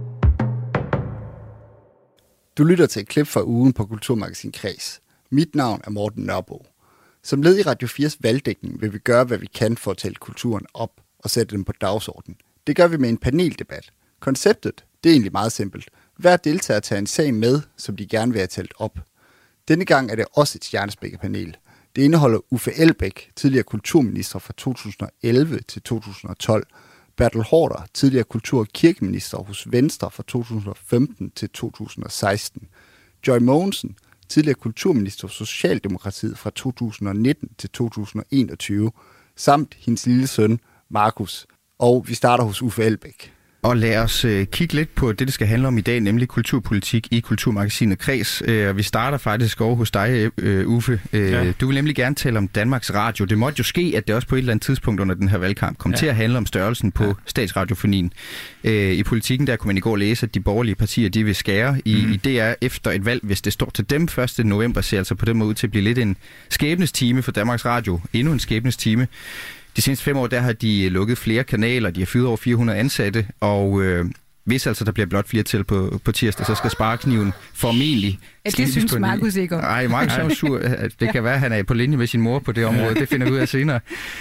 Du lytter til et klip fra ugen på Kulturmagasin Kreds. Mit navn er Morten Nørbo. Som led i Radio fires valgdækning vil vi gøre, hvad vi kan for at tælle kulturen op og sætte den på dagsordenen. Det gør vi med en paneldebat. Konceptet, det er egentlig meget simpelt. Hver deltager tager en sag med, som de gerne vil have talt op. Denne gang er det også et stjernespækket panel. Det indeholder Uffe Elbæk, tidligere kulturminister fra to tusind og elleve til to tusind og tolv, Bertel Haarder, tidligere kultur- og kirkeminister hos Venstre fra to tusind og femten til to tusind og seksten, Joy Mogensen, tidligere kulturminister hos Socialdemokratiet fra to tusind og nitten til to tusind og enogtyve, samt hendes lille søn, Markus. Og vi starter hos Uffe Elbæk. Og lad os øh, kigge lidt på det, det skal handle om i dag, nemlig kulturpolitik i Kulturmagasinet Kreds. Øh, vi starter faktisk over hos dig, øh, Uffe. Øh, ja. Du vil nemlig gerne tale om Danmarks Radio. Det måtte jo ske, at det også på et eller andet tidspunkt under den her valgkamp kom ja. til at handle om størrelsen på ja. statsradiofonien. Øh, I politikken der kunne man i går læse, at de borgerlige partier de vil skære i, mm. i D R efter et valg, hvis det står til dem første november, ser altså på den måde ud til at blive lidt en skæbnestime for Danmarks Radio. Endnu en skæbnestime. De seneste fem år, der har de lukket flere kanaler, de har fyret over fire hundrede ansatte, og øh, hvis altså der bliver blot flere til på, på tirsdag, så skal sparekniven formentlig... Ja, det synes Markus ikke om. Nej, Markus er sur. Det kan være, at han er på linje med sin mor på det område. Det finder vi ud af senere.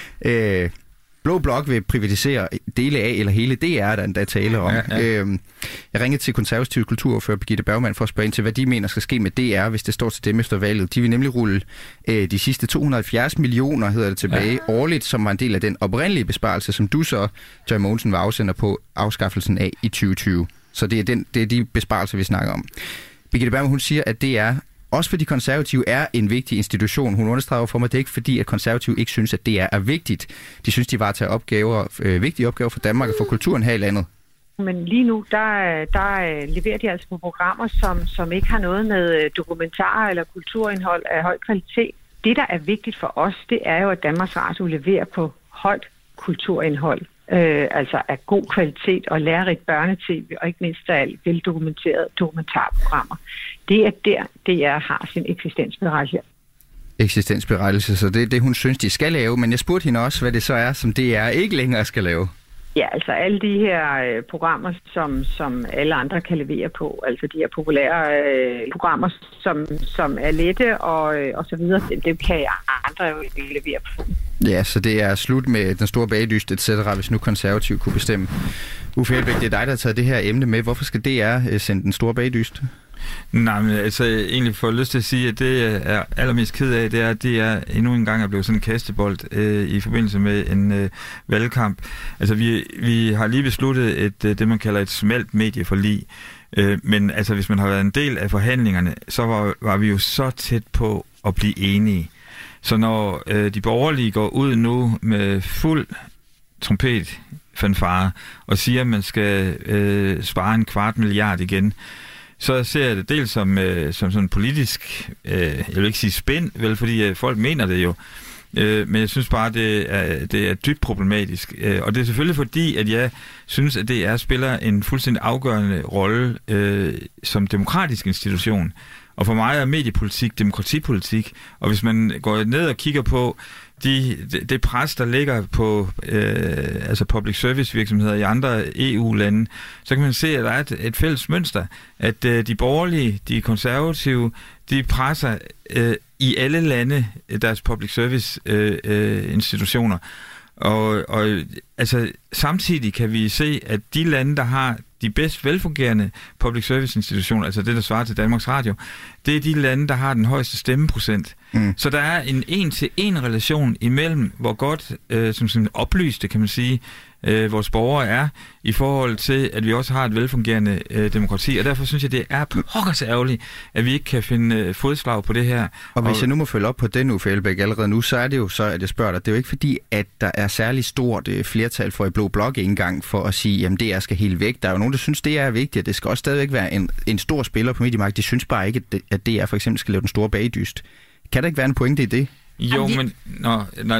Øh, Blå Blok vil privatisere dele af, eller hele D R, der endda tale om. Ja, ja. Øhm, jeg ringede til konservative kulturordfører Birgitte Bergmann for at spørge ind til, hvad de mener skal ske med D R, hvis det står til dem efter valget. De vil nemlig rulle øh, de sidste to hundrede og halvfjerds millioner, hedder det tilbage, ja. årligt, som var en del af den oprindelige besparelse, som du så, Joy Mogensen, var afsender på afskaffelsen af i tyve tyve. Så det er, den, det er de besparelser, vi snakker om. Birgitte Bergmann, hun siger, at D R også for de konservative er en vigtig institution. Hun understreger for mig, at det er ikke fordi, at konservative ikke synes, at det er, er vigtigt. De synes, de varetager opgaver, øh, vigtige opgaver for Danmark og for kulturen her i landet. Men lige nu, der, der leverer de altså på programmer, som, som ikke har noget med dokumentarer eller kulturindhold af høj kvalitet. Det, der er vigtigt for os, det er jo, at Danmarks Radio leverer på højt kulturindhold. Øh, altså af god kvalitet og lærerigt børnetv, og ikke mindst af veldokumenterede dokumentarprogrammer. Det er der, D R har sin eksistensberettigelse. Eksistensberettigelse, så det er det, hun synes, de skal lave. Men jeg spurgte hende også, hvad det så er, som D R ikke længere skal lave. Ja, altså alle de her øh, programmer, som, som alle andre kan levere på, altså de her populære øh, programmer, som, som er lette og, øh, og så videre, det, det kan andre jo ikke levere på. Ja, så det er slut med den store bagdyst, et cetera, hvis nu konservativ kunne bestemme. Uffe Elbæk, det er dig, der har taget det her emne med. Hvorfor skal D R sende den store bagdyst? Nej, men altså egentlig får jeg lyst til at sige, at det jeg er allermest ked af, det er, at det er endnu en gang er blevet sådan en kastebold øh, i forbindelse med en øh, valgkamp. Altså vi, vi har lige besluttet et, øh, det man kalder et smalt medieforlig, øh, men altså hvis man har været en del af forhandlingerne, så var, var vi jo så tæt på at blive enige. Så når øh, de borgerlige går ud nu med fuld trompet fanfare og siger, at man skal øh, spare en kvart milliard igen, så ser jeg det dels som, øh, som sådan politisk, øh, jeg vil ikke sige spænd, vel, fordi øh, folk mener det jo, øh, men jeg synes bare, det er, det er dybt problematisk. Øh, og det er selvfølgelig fordi, at jeg synes, at D R spiller en fuldstændig afgørende rolle øh, som demokratisk institution. Og for mig er mediepolitik demokratipolitik, og hvis man går ned og kigger på de, det, det pres, der ligger på øh, altså public service virksomheder i andre E U-lande, så kan man se, at der er et, et fælles mønster, at øh, de borgerlige, de konservative, de presser øh, i alle lande deres public service øh, øh, institutioner. Og, og altså, samtidig kan vi se, at de lande, der har de bedst velfungerende public service institutioner, altså det, der svarer til Danmarks Radio, det er de lande, der har den højeste stemmeprocent. Mm. Så der er en en-til-en relation imellem, hvor godt, øh, som, som oplyste, kan man sige, øh, vores borgere er, i forhold til, at vi også har et velfungerende øh, demokrati. Og derfor synes jeg, det er pokkers ærgerligt, at vi ikke kan finde øh, fodslag på det her. Og hvis og, jeg nu må følge op på den, Uffe Elbæk, allerede nu, så er det jo så, at jeg spørger dig, det er jo ikke fordi, at der er særlig stort øh, flertal for i Blå Blok engang for at sige, jamen D R skal helt væk. Der er jo nogen, der synes, det er vigtigt, og det skal også stadigvæk være en, en stor spiller på mediemarkedet. De synes bare ikke, at D R for eksempel skal lave den store bagdyst. Kan der ikke være en pointe i det? Jo, men nå, nå,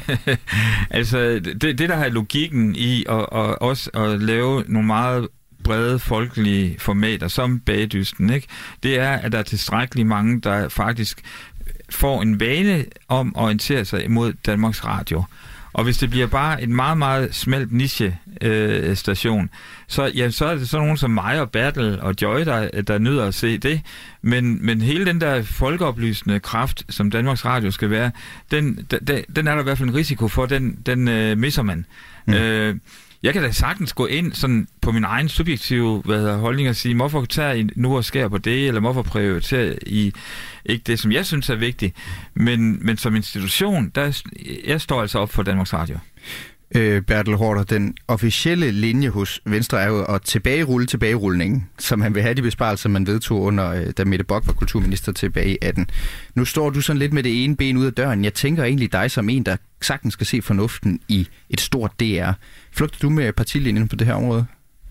altså det, det der har logikken i at, at også at lave nogle meget brede folkelige formater som bagdysten, ikke? Det er, at der er tilstrækkeligt mange, der faktisk får en vane om at orientere sig imod Danmarks Radio. Og hvis det bliver bare en meget, meget smalt niche-station, øh, så, ja, så er det sådan nogen som mig og Bertel og Joy, der, der nyder at se det. Men, men hele den der folkeoplysende kraft, som Danmarks Radio skal være, den, den, den er der i hvert fald en risiko for, den, den øh, misser man. Mm. Øh, jeg kan da sagtens gå ind sådan på min egen subjektive hvad hedder, holdning og sige, hvorfor tager I nu og skære på det, eller hvorfor prioriterer I ikke det, som jeg synes er vigtigt. Men, men som institution, der, jeg står altså op for Danmarks Radio. Øh, Bertel Haarder, den officielle linje hos Venstre er jo at tilbagerulle tilbagerulningen, som han vil have de besparelser, man vedtog under, da Mette Bock var kulturminister tilbage i atten. Nu står du sådan lidt med det ene ben ud af døren. Jeg tænker egentlig dig som en, der sagtens skal se fornuften i et stort D R. Flugter du med partilinjen på det her område?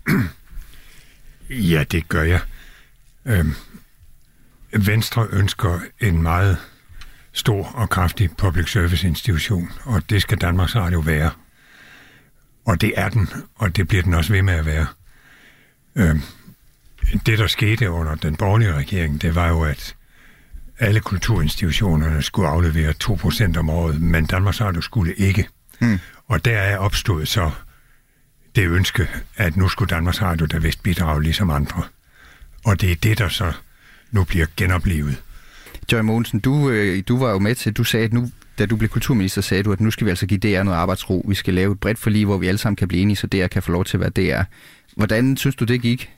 Ja, det gør jeg. Øhm, Venstre ønsker en meget stor og kraftig public service institution, og det skal Danmarks Radio være. Og det er den, og det bliver den også ved med at være. Øhm, det, der skete under den borgerlige regering, det var jo, at alle kulturinstitutionerne skulle aflevere to procent om året, men Danmarks Radio skulle ikke. Mm. Og der er opstået så det ønske, at nu skulle Danmarks Radio da vist bidrage ligesom andre. Og det er det, der så nu bliver genoplevet. Joy Mogensen, du, øh, du var jo med til, du sagde, at nu, da du blev kulturminister, sagde du, at nu skal vi altså give D R noget arbejdsro. Vi skal lave et bredt forlig, hvor vi alle sammen kan blive enige, så D R kan få lov til at være D R. Hvordan synes du, det gik?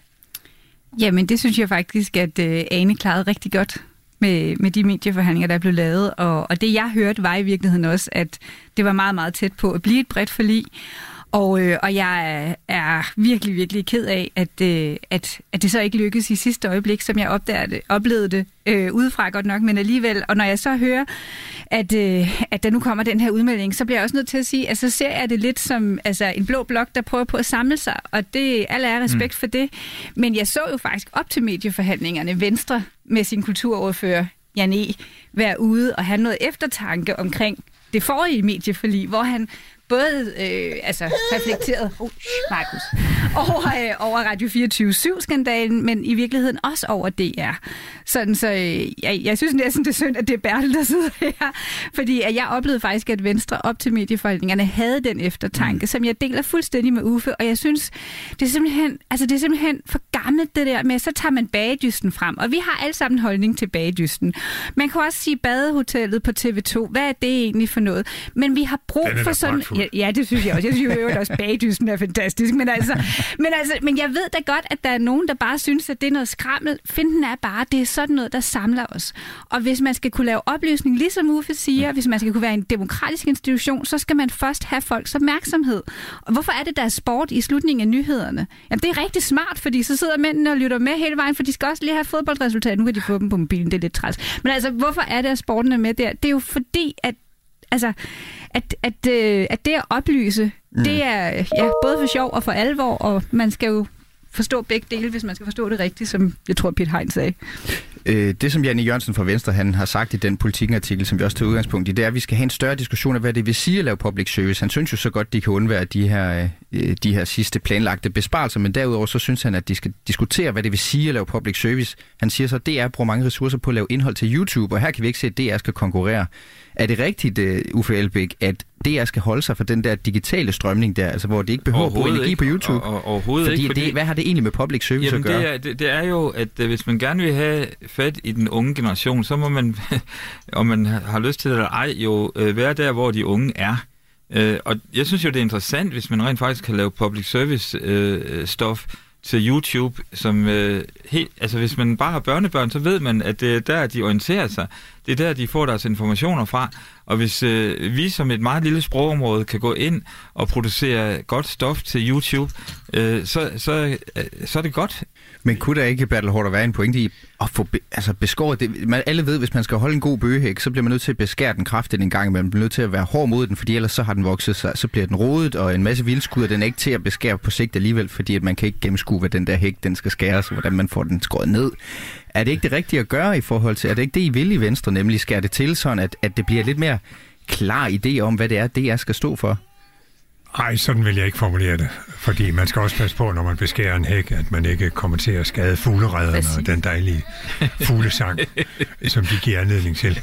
Jamen, det synes jeg faktisk, at øh, Ane klarede rigtig godt med, med de medieforhandlinger, der blev lavet. Og, og det, jeg hørte, var i virkeligheden også, at det var meget, meget tæt på at blive et bredt forlig. Og, øh, og jeg er, er virkelig, virkelig ked af, at, øh, at, at det så ikke lykkedes i sidste øjeblik, som jeg opdagede, oplevede det øh, udefra godt nok, men alligevel. Og når jeg så hører, at, øh, at der nu kommer den her udmelding, så bliver jeg også nødt til at sige, at så ser jeg det lidt som altså, en blå blok, der prøver på at samle sig, og det alle er respekt mm. for det. Men jeg så jo faktisk op til medieforhandlingerne Venstre med sin kulturordfører, Jan E., være ude og have noget eftertanke omkring det forrige medieforlig, hvor han både øh, altså, reflekteret oh, Markus, over, øh, over Radio fireogtyve syv-skandalen, men i virkeligheden også over D R. Sådan, så øh, jeg, jeg synes næsten, det er synd, at det er Bertel, der sidder her. Fordi at jeg oplevede faktisk, at Venstre op til medieforhandlingerne havde den eftertanke, mm. som jeg deler fuldstændig med Uffe, og jeg synes, det er simpelthen, altså, det er simpelthen for gammelt det der med, så tager man bagedysten frem, og vi har alle sammen en holdning til bagedysten. Man kan også sige Badehotellet på T V to. Hvad er det egentlig for noget? Men vi har brug for sådan... Ja, ja, det synes jeg også. Jeg synes jo også, bagedysten er fantastisk. Men altså, men altså, men jeg ved da godt, at der er nogen, der bare synes, at det er noget skrammel. Finten er bare, det er sådan noget, der samler os. Og hvis man skal kunne lave oplysning, ligesom Uffe siger, hvis man skal kunne være en demokratisk institution, så skal man først have folks opmærksomhed. Og hvorfor er det, der er sport i slutningen af nyhederne? Jamen, det er rigtig smart, fordi så sidder mændene og lytter med hele vejen, for de skal også lige have fodboldresultat. Nu kan de få dem på mobilen, det er lidt træls. Men altså, hvorfor er det, at sporten er med der? Det er jo fordi, at Altså, at, at, øh, at det at oplyse, mm. det er ja, både for sjov og for alvor, og man skal jo forstå begge dele, hvis man skal forstå det rigtigt, som jeg tror, Piet Hein sagde. Øh, det, som Janne Jørgensen fra Venstre han har sagt i den politikartikel, som vi også tager udgangspunkt i, det er, at vi skal have en større diskussion af, hvad det vil sige at lave public service. Han synes jo så godt, de kan undvære de her, øh, de her sidste planlagte besparelser, men derudover så synes han, at de skal diskutere, hvad det vil sige at lave public service. Han siger så, at D R bruger mange ressourcer på at lave indhold til YouTube, og her kan vi ikke se, at D R skal konkurrere. Er det rigtigt, uh, Uffe Elbæk, at D R skal holde sig for den der digitale strømning der, altså hvor det ikke behøver at bruge energi på YouTube? Og, og, overhovedet fordi ikke. Fordi det, hvad har det egentlig med public service jamen at gøre? Det er, det, det er jo, at uh, hvis man gerne vil have fat i den unge generation, så må man, om man har lyst til det eller ej, jo uh, være der, hvor de unge er. Uh, og jeg synes jo, det er interessant, hvis man rent faktisk kan lave public service uh, stof til YouTube, som øh, helt, altså hvis man bare har børnebørn, så ved man, at det er der, de orienterer sig. Det er der, de får deres informationer fra. Og hvis øh, vi som et meget lille sprogområde kan gå ind og producere godt stof til YouTube, øh, så, så, øh, så er det godt. Men kunne der ikke, Bertel Haarder, være en pointe i at få be, altså beskåret det? Man, alle ved, hvis man skal holde en god bøgehæk, så bliver man nødt til at beskære den kraftigt en gang, men man bliver nødt til at være hård mod den, fordi ellers så har den vokset sig, så bliver den rodet, og en masse vildskud, og den er ikke til at beskære på sigt alligevel, fordi at man kan ikke gennemskue, hvad den der hæk, den skal skæres, og hvordan man får den skåret ned. Er det ikke det rigtige at gøre i forhold til, er det ikke det, I vil i Venstre, nemlig skære det til, sådan at, at det bliver lidt mere klar idé om, hvad det er, D R skal stå for? Nej, sådan vil jeg ikke formulere det, fordi man skal også passe på, når man beskærer en hæk, at man ikke kommer til at skade fugleredderne og den dejlige fuglesang, som de giver anledning til.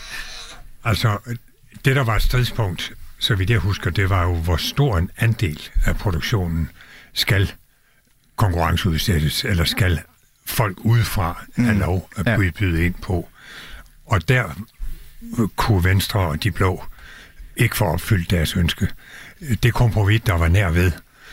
Altså, det der var et stridspunkt, så vidt jeg husker, det var jo, hvor stor en andel af produktionen skal konkurrenceudsættes, eller skal folk udefra have mm. lov at ja. byde ind på. Og der kunne Venstre og de blå ikke få opfyldt deres ønske. Det kompromis, der var nær ved,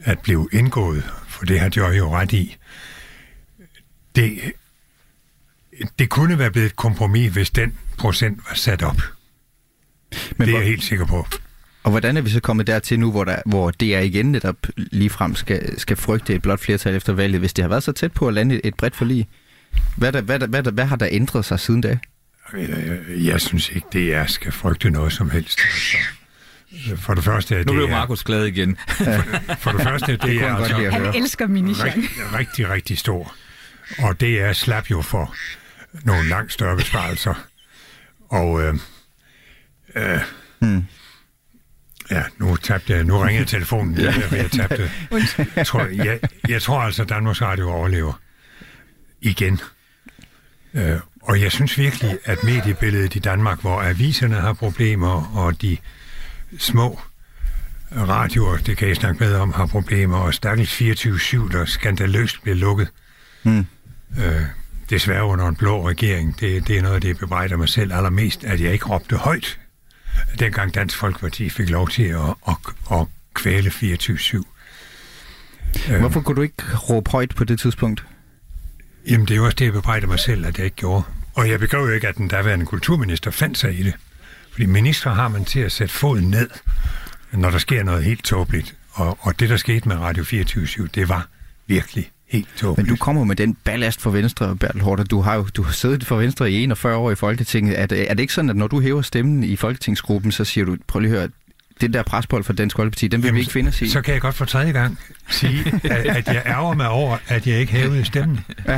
at blive indgået, for det har Joy jo ret i. Det, det kunne være blevet et kompromis, hvis den procent var sat op. Men det er jeg helt sikker på. Og hvordan er vi så kommet dertil nu, hvor, der, hvor D R igen netop ligefrem skal, skal frygte et blot flertal efter valget, hvis det har været så tæt på at lande et, et bredt forlig? Hvad, der, hvad, der, hvad, der, hvad har der ændret sig siden da? Jeg, jeg synes ikke, D R skal frygte noget som helst. For det første er nu bliver D R... Markus glad igen. for, for det første er D R... altså, han elsker Minichang. Rigtig, rigtig, rigtig stor. Og D R slap jo for nogle langt større besparelser. Og... Øh, øh, hmm. Ja, nu tabte jeg. Nu ringer telefonen. Ja. Jeg, jeg tabte. Jeg tror, jeg, jeg tror altså, at Danmarks Radio overlever igen. Øh, og jeg synes virkelig, at mediebilledet i Danmark, hvor aviserne har problemer, og de små radioer, det kan jeg snakke med om, har problemer, og stakkels fireogtyve syv, der skandaløst bliver lukket. Mm. Øh, desværre under en blå regering. Det, det er noget af det, jeg bebrejder mig selv allermest, at jeg ikke råbte højt, dengang Dansk Folkeparti fik lov til at, at, at kvæle fireogtyve syv. Hvorfor kunne du ikke råbe højt på det tidspunkt? Jamen, det er jo også det, jeg bebrejder mig selv, at jeg ikke gjorde. Og jeg begrev jo ikke, at den daværende kulturminister fandt sig i det. Fordi minister har man til at sætte foden ned, når der sker noget helt tåbeligt. Og, og det, der skete med Radio fireogtyve syv, det var virkelig helt tåbeligt. Men du kommer med den ballast for Venstre, Bertel Haarder. Du har jo du har siddet for Venstre i enogfyrre år i Folketinget. Er det, er det ikke sådan, at når du hæver stemmen i Folketingsgruppen, så siger du, prøv lige at høre, den der presbold for Dansk Folkeparti, den vil Jamen, vi ikke finde os i? Så kan jeg godt for tredje gang sige, at, at jeg ærger mig over, at jeg ikke hævede stemmen. Ja.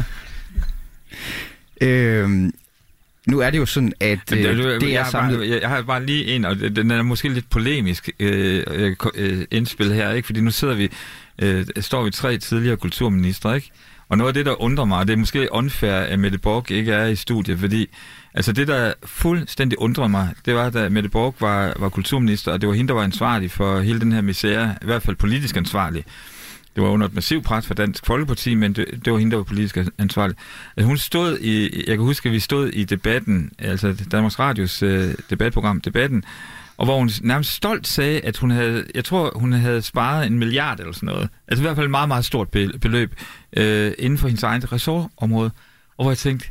Øhm, nu er det jo sådan, at Men det, øh, det jeg, er samlet... bare, jeg, jeg har bare lige en, og den er måske lidt polemisk øh, øh, indspil her, ikke? Fordi nu sidder vi, øh, står vi tre tidligere kulturministre, ikke? Og noget af det, der undrer mig, og det er måske unfair, at Mette Borch ikke er i studiet, fordi altså det, der fuldstændig undrer mig, det var, da Mette Borch var, var kulturminister, og det var hende, der var ansvarlig for hele den her misære, i hvert fald politisk ansvarlig. Det var under et massivt pres for Dansk Folkeparti, men det, det var hende, der var politisk ansvarlig. Altså, hun stod i, jeg kan huske, at vi stod i debatten, altså Danmarks Radios øh, debatprogram, Debatten, og hvor hun nærmest stolt sagde, at hun havde, jeg tror, hun havde sparet en milliard eller sådan noget. Altså i hvert fald et meget, meget stort beløb øh, inden for hendes egen ressortområde. Og hvor jeg tænkte,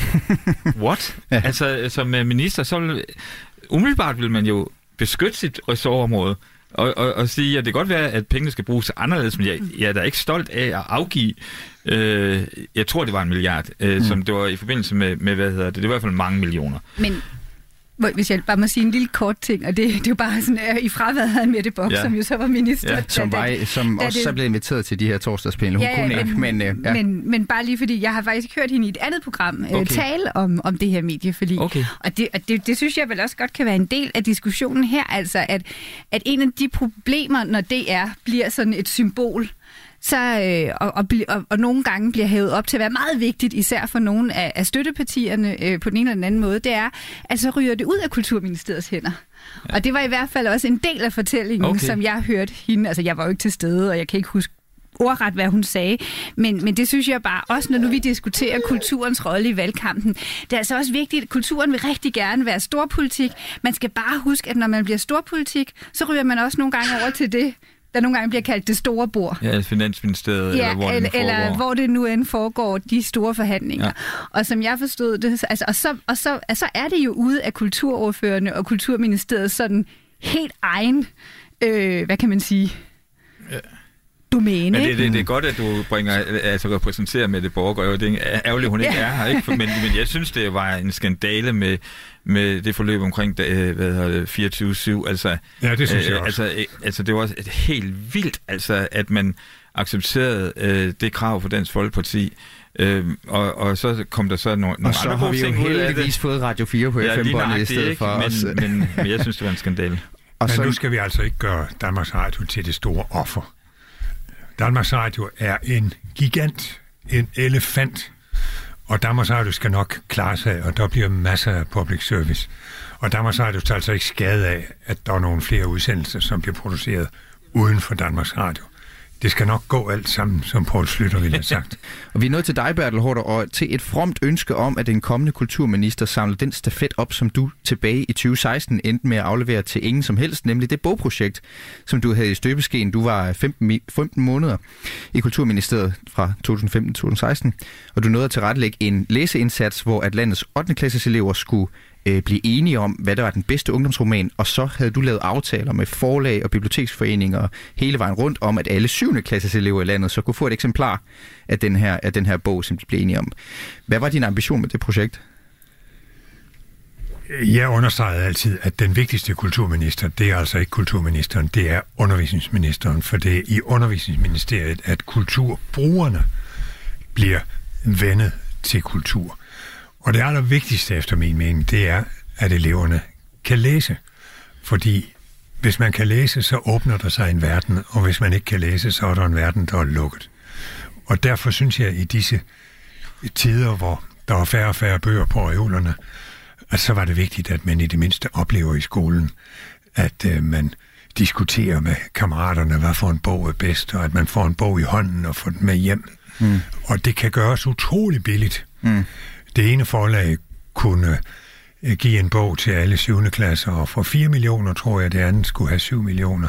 what? Ja. Altså som minister, så vil, umiddelbart vil man jo beskytte sit ressortområde. Og, og, og sige, at det kan godt være, at pengene skal bruges anderledes, men jeg, jeg er da ikke stolt af at afgive, øh, jeg tror, det var en milliard, øh, mm. som det var i forbindelse med, med, hvad hedder det, det var i hvert fald mange millioner. Men hvis jeg bare må sige en lille kort ting, og det, det er jo bare sådan, at i fraværet af Mette Borch, ja. som jo så var minister. Ja. Som, var, som da også det, så blev inviteret til de her torsdagspæne. Hun ja, kunne ja, ikke, men, men, ja. men, men bare lige fordi, jeg har faktisk hørt hende i et andet program okay. øh, tale om, om det her medieforlig. Okay. Og, det, og det, det synes jeg vel også godt kan være en del af diskussionen her, altså at, at en af de problemer, når D R bliver sådan et symbol, så, øh, og, og, og, og nogle gange bliver hævet op til at være meget vigtigt, især for nogle af, af støttepartierne øh, på den ene eller den anden måde, det er, at så ryger det ud af Kulturministeriets hænder. Ja. Og det var i hvert fald også en del af fortællingen, okay. som jeg hørte hende, altså jeg var jo ikke til stede, og jeg kan ikke huske ordret, hvad hun sagde, men, men det synes jeg bare, også når nu vi diskuterer kulturens rolle i valgkampen, det er altså også vigtigt, at kulturen vil rigtig gerne være storpolitik. Man skal bare huske, at når man bliver storpolitik, så ryger man også nogle gange over til det, der nogle gange bliver kaldt det store bord. Ja, Finansministeriet, ja, eller hvor eller, det eller hvor det nu end foregår, de store forhandlinger. Ja. Og som jeg forstod det, altså, og, så, og så, altså, er det jo ude af kulturordførerne og Kulturministeriet sådan helt egen, øh, hvad kan man sige... Ja. Domæne, men det, det, det er godt, at du bringer, altså repræsenterer Mette Borch, og det er ærgerligt, hun ikke ja. er her, ikke? Men, men jeg synes, det var en skandale med, med det forløb omkring hvad hedder det, fireogtyve syv. Altså, ja, det synes jeg øh, også. Altså, altså, det var også helt vildt, altså, at man accepterede øh, det krav for Dansk Folkeparti. Øh, og, og så kom der så nogle, nogle andre gode ting ud af det. Og så har vi jo heldigvis fået Radio fire på ja, F M-båndet i stedet ikke, for men, os. Men, men jeg synes, det var en skandale. Og men så... nu skal vi altså ikke gøre Danmarks Radio til det store offer. Danmarks Radio er en gigant, en elefant, og Danmarks Radio skal nok klare sig, og der bliver masser af public service. Og Danmarks Radio tager altså ikke skade af, at der er nogle flere udsendelser, som bliver produceret uden for Danmarks Radio. det skal nok gå alt sammen, som Poul Schlüter ville have sagt. Og vi er nået til dig, Bertel Haarder, og til et fromt ønske om, at den kommende kulturminister samler den stafet op, som du tilbage i tyve seksten endte med at aflevere til ingen som helst, nemlig det bogprojekt, som du havde i støbeskeen. Du var femten, femten måneder i Kulturministeriet fra to tusind femten til to tusind seksten, og du nåede at tilrettelægge en læseindsats, hvor at landets ottende klasses elever skulle øh, blive enige om, hvad der var den bedste ungdomsroman, og så havde du lavet aftaler med forlag og biblioteksforeninger hele vejen rundt om, at alle syvende klasses elever i landet så kunne få et eksemplar af den her, af den her bog, som de blev enige om. Hvad var din ambition med det projekt? Jeg understregede altid, at den vigtigste kulturminister, det er altså ikke kulturministeren, det er undervisningsministeren, for det er i undervisningsministeriet, at kulturbrugerne bliver vendet til kultur. Og det allervigtigste efter min mening, det er, at eleverne kan læse. Fordi hvis man kan læse, så åbner der sig en verden, og hvis man ikke kan læse, så er der en verden, der er lukket. Og derfor synes jeg, i disse tider, hvor der er færre og færre bøger på reolerne, at så var det vigtigt, at man i det mindste oplever i skolen, at øh, man diskuterer med kammeraterne, hvad for en bog er bedst, og at man får en bog i hånden og får den med hjem. Mm. Og det kan gøres utrolig billigt. Mm. Det ene forlag kunne øh, give en bog til alle syvende klasser, og for fire millioner, tror jeg, det andet skulle have syv millioner.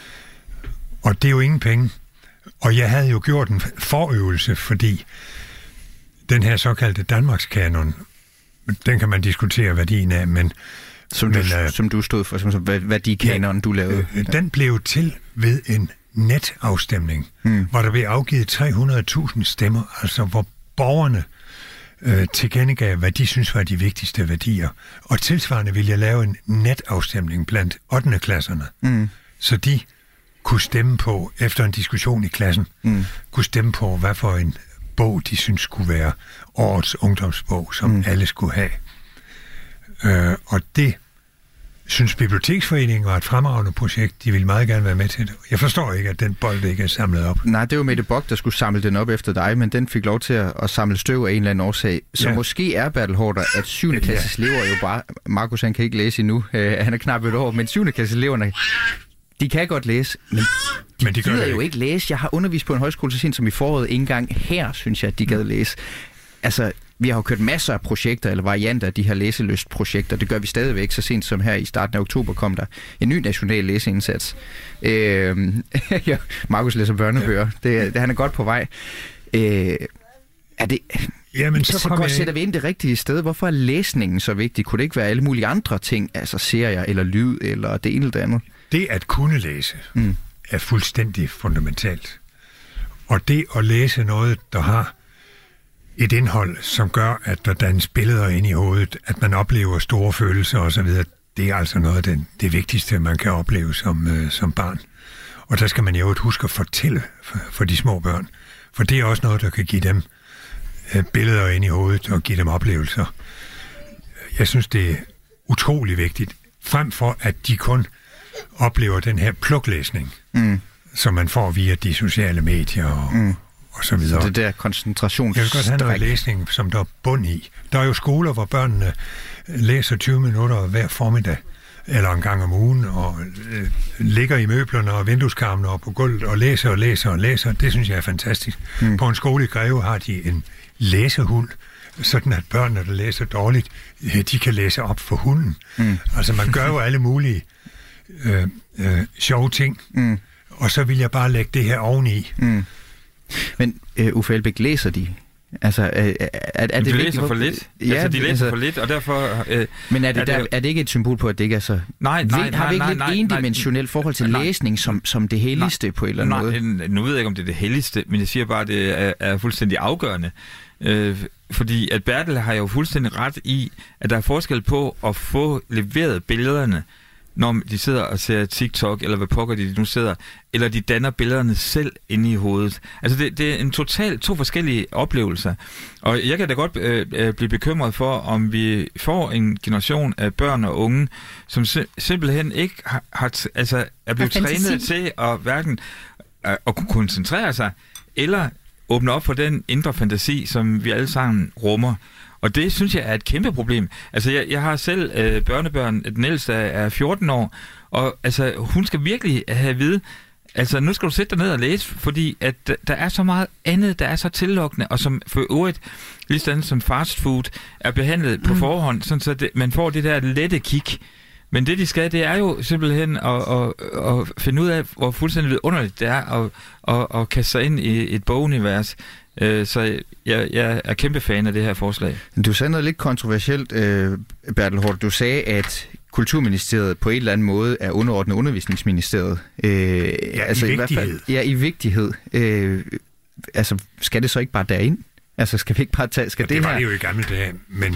Og det er jo ingen penge. Og jeg havde jo gjort en forøvelse, fordi den her såkaldte Danmarkskanon, den kan man diskutere værdien af, men... Som du, men, uh, som du stod for, som, som værdikanonen, ja, du lavede. Øh, den blev til ved en netafstemning, hmm. hvor der blev afgivet tre hundrede tusind stemmer, altså hvor borgerne øh, tilkendegav, hvad de synes var de vigtigste værdier. Og tilsvarende ville jeg lave en netafstemning blandt ottende klasserne, hmm. så de kunne stemme på, efter en diskussion i klassen, hmm. kunne stemme på, hvad for en bog, de synes skulle være årets ungdomsbog, som mm. alle skulle have. Øh, og det synes Biblioteksforeningen var et fremragende projekt. De ville meget gerne være med til det. Jeg forstår ikke, at den bold ikke er samlet op. Nej, det var Mette Bock, der skulle samle den op efter dig, men den fik lov til at, at samle støv af en eller anden årsag. Så ja. Måske er Bertel Haarder, at syvende klasses elever jo bare... Markus, han kan ikke læse endnu. Uh, han er knap et år, men syvende klasses eleverne, de kan godt læse, men de, men de gider jo ikke læse. Jeg har undervist på en højskole så sent som i foråret. Ikke engang her, synes jeg, at de gad læse. Altså, vi har jo kørt masser af projekter, eller varianter af de her læselystprojekter. Det gør vi stadigvæk. Så sent som her i starten af oktober kom der en ny national læseindsats. Øh, ja, Markus læser børnebøger. Det, det, han er godt på vej. Øh, er det... Jamen, så, så godt sætter vi ind det rigtige sted. Hvorfor er læsningen så vigtig? Kunne det ikke være alle mulige andre ting, altså serier eller lyd, eller det ene eller det andet? Det at kunne læse mm. er fuldstændig fundamentalt. Og det at læse noget, der har et indhold, som gør, at der dannes billeder ind i hovedet, at man oplever store følelser osv., det er altså noget af det, det vigtigste, man kan opleve som, øh, som barn. Og der skal man jo huske at fortælle for, for de små børn. For det er også noget, der kan give dem øh, billeder ind i hovedet og give dem oplevelser. Jeg synes, det er utrolig vigtigt, frem for at de kun oplever den her pluklæsning, mm. som man får via de sociale medier og, mm. og så videre. Så det der koncentrations... Jeg vil godt have noget læsning, som der er bund i. Der er jo skoler, hvor børnene læser tyve minutter hver formiddag, eller en gang om ugen, og øh, ligger i møblerne og vindueskarmene og på gulvet og læser og læser og læser. Det synes jeg er fantastisk. Mm. På en skole i Greve har de en læsehund, sådan at børnene, der læser dårligt, de kan læse op for hunden. Mm. Altså man gør jo alle mulige øh, øh, sjove ting, mm. og så vil jeg bare lægge det her oveni. Mm. Men uh, Uffe Elbæk, læser de? Altså, er, er, er det de vigtigt? læser for lidt. Ja, altså, de læser altså, for lidt, og derfor... Øh, men er det, er, der, det, er det ikke et symbol på, at det ikke er så... Nej, nej, nej. Har vi ikke nej, lidt nej, endimensionelt forhold til nej, læsning som, som det helligste nej, på en eller anden nej, måde? Nu ved jeg ikke, om det er det helligste, men jeg siger bare, at det er, er fuldstændig afgørende. Øh, fordi at Bertel har jo fuldstændig ret i, at der er forskel på at få leveret billederne, når de sidder og ser TikTok, eller hvad pokker de nu sidder, eller de danner billederne selv inde i hovedet. Altså det, det er en total to forskellige oplevelser. Og jeg kan da godt øh, blive bekymret for, om vi får en generation af børn og unge, som sim- simpelthen ikke har, har t- altså er blevet trænet til at hverken øh, at kunne koncentrere sig, eller åbne op for den indre fantasi, som vi alle sammen rummer. Og det synes jeg er et kæmpe problem. Altså, jeg, jeg har selv øh, børnebørn, den ældste er fjorten år, og altså, hun skal virkelig have at vide, altså nu skal du sætte dig ned og læse, fordi at der er så meget andet, der er så tillokkende, og som for øvrigt, ligesom som fast food, er behandlet på mm. forhånd, sådan så det, man får det der lette kick. Men det, de skal, det er jo simpelthen at, at, at finde ud af, hvor fuldstændig vidunderligt det er at, at, at kaste sig ind i et bogunivers. Så jeg, jeg er kæmpe fan af det her forslag. Du sagde noget lidt kontroversielt, Bertel Haarder. Du sagde, at Kulturministeriet på en eller anden måde er underordnet Undervisningsministeriet. Øh, ja, altså i i vigtighed. Hvert fald, ja, i vigtighed. Øh, altså, skal det så ikke bare derind? Altså, skal vi ikke bare tage... Skal ja, det, det var her... det jo i gamle dage, men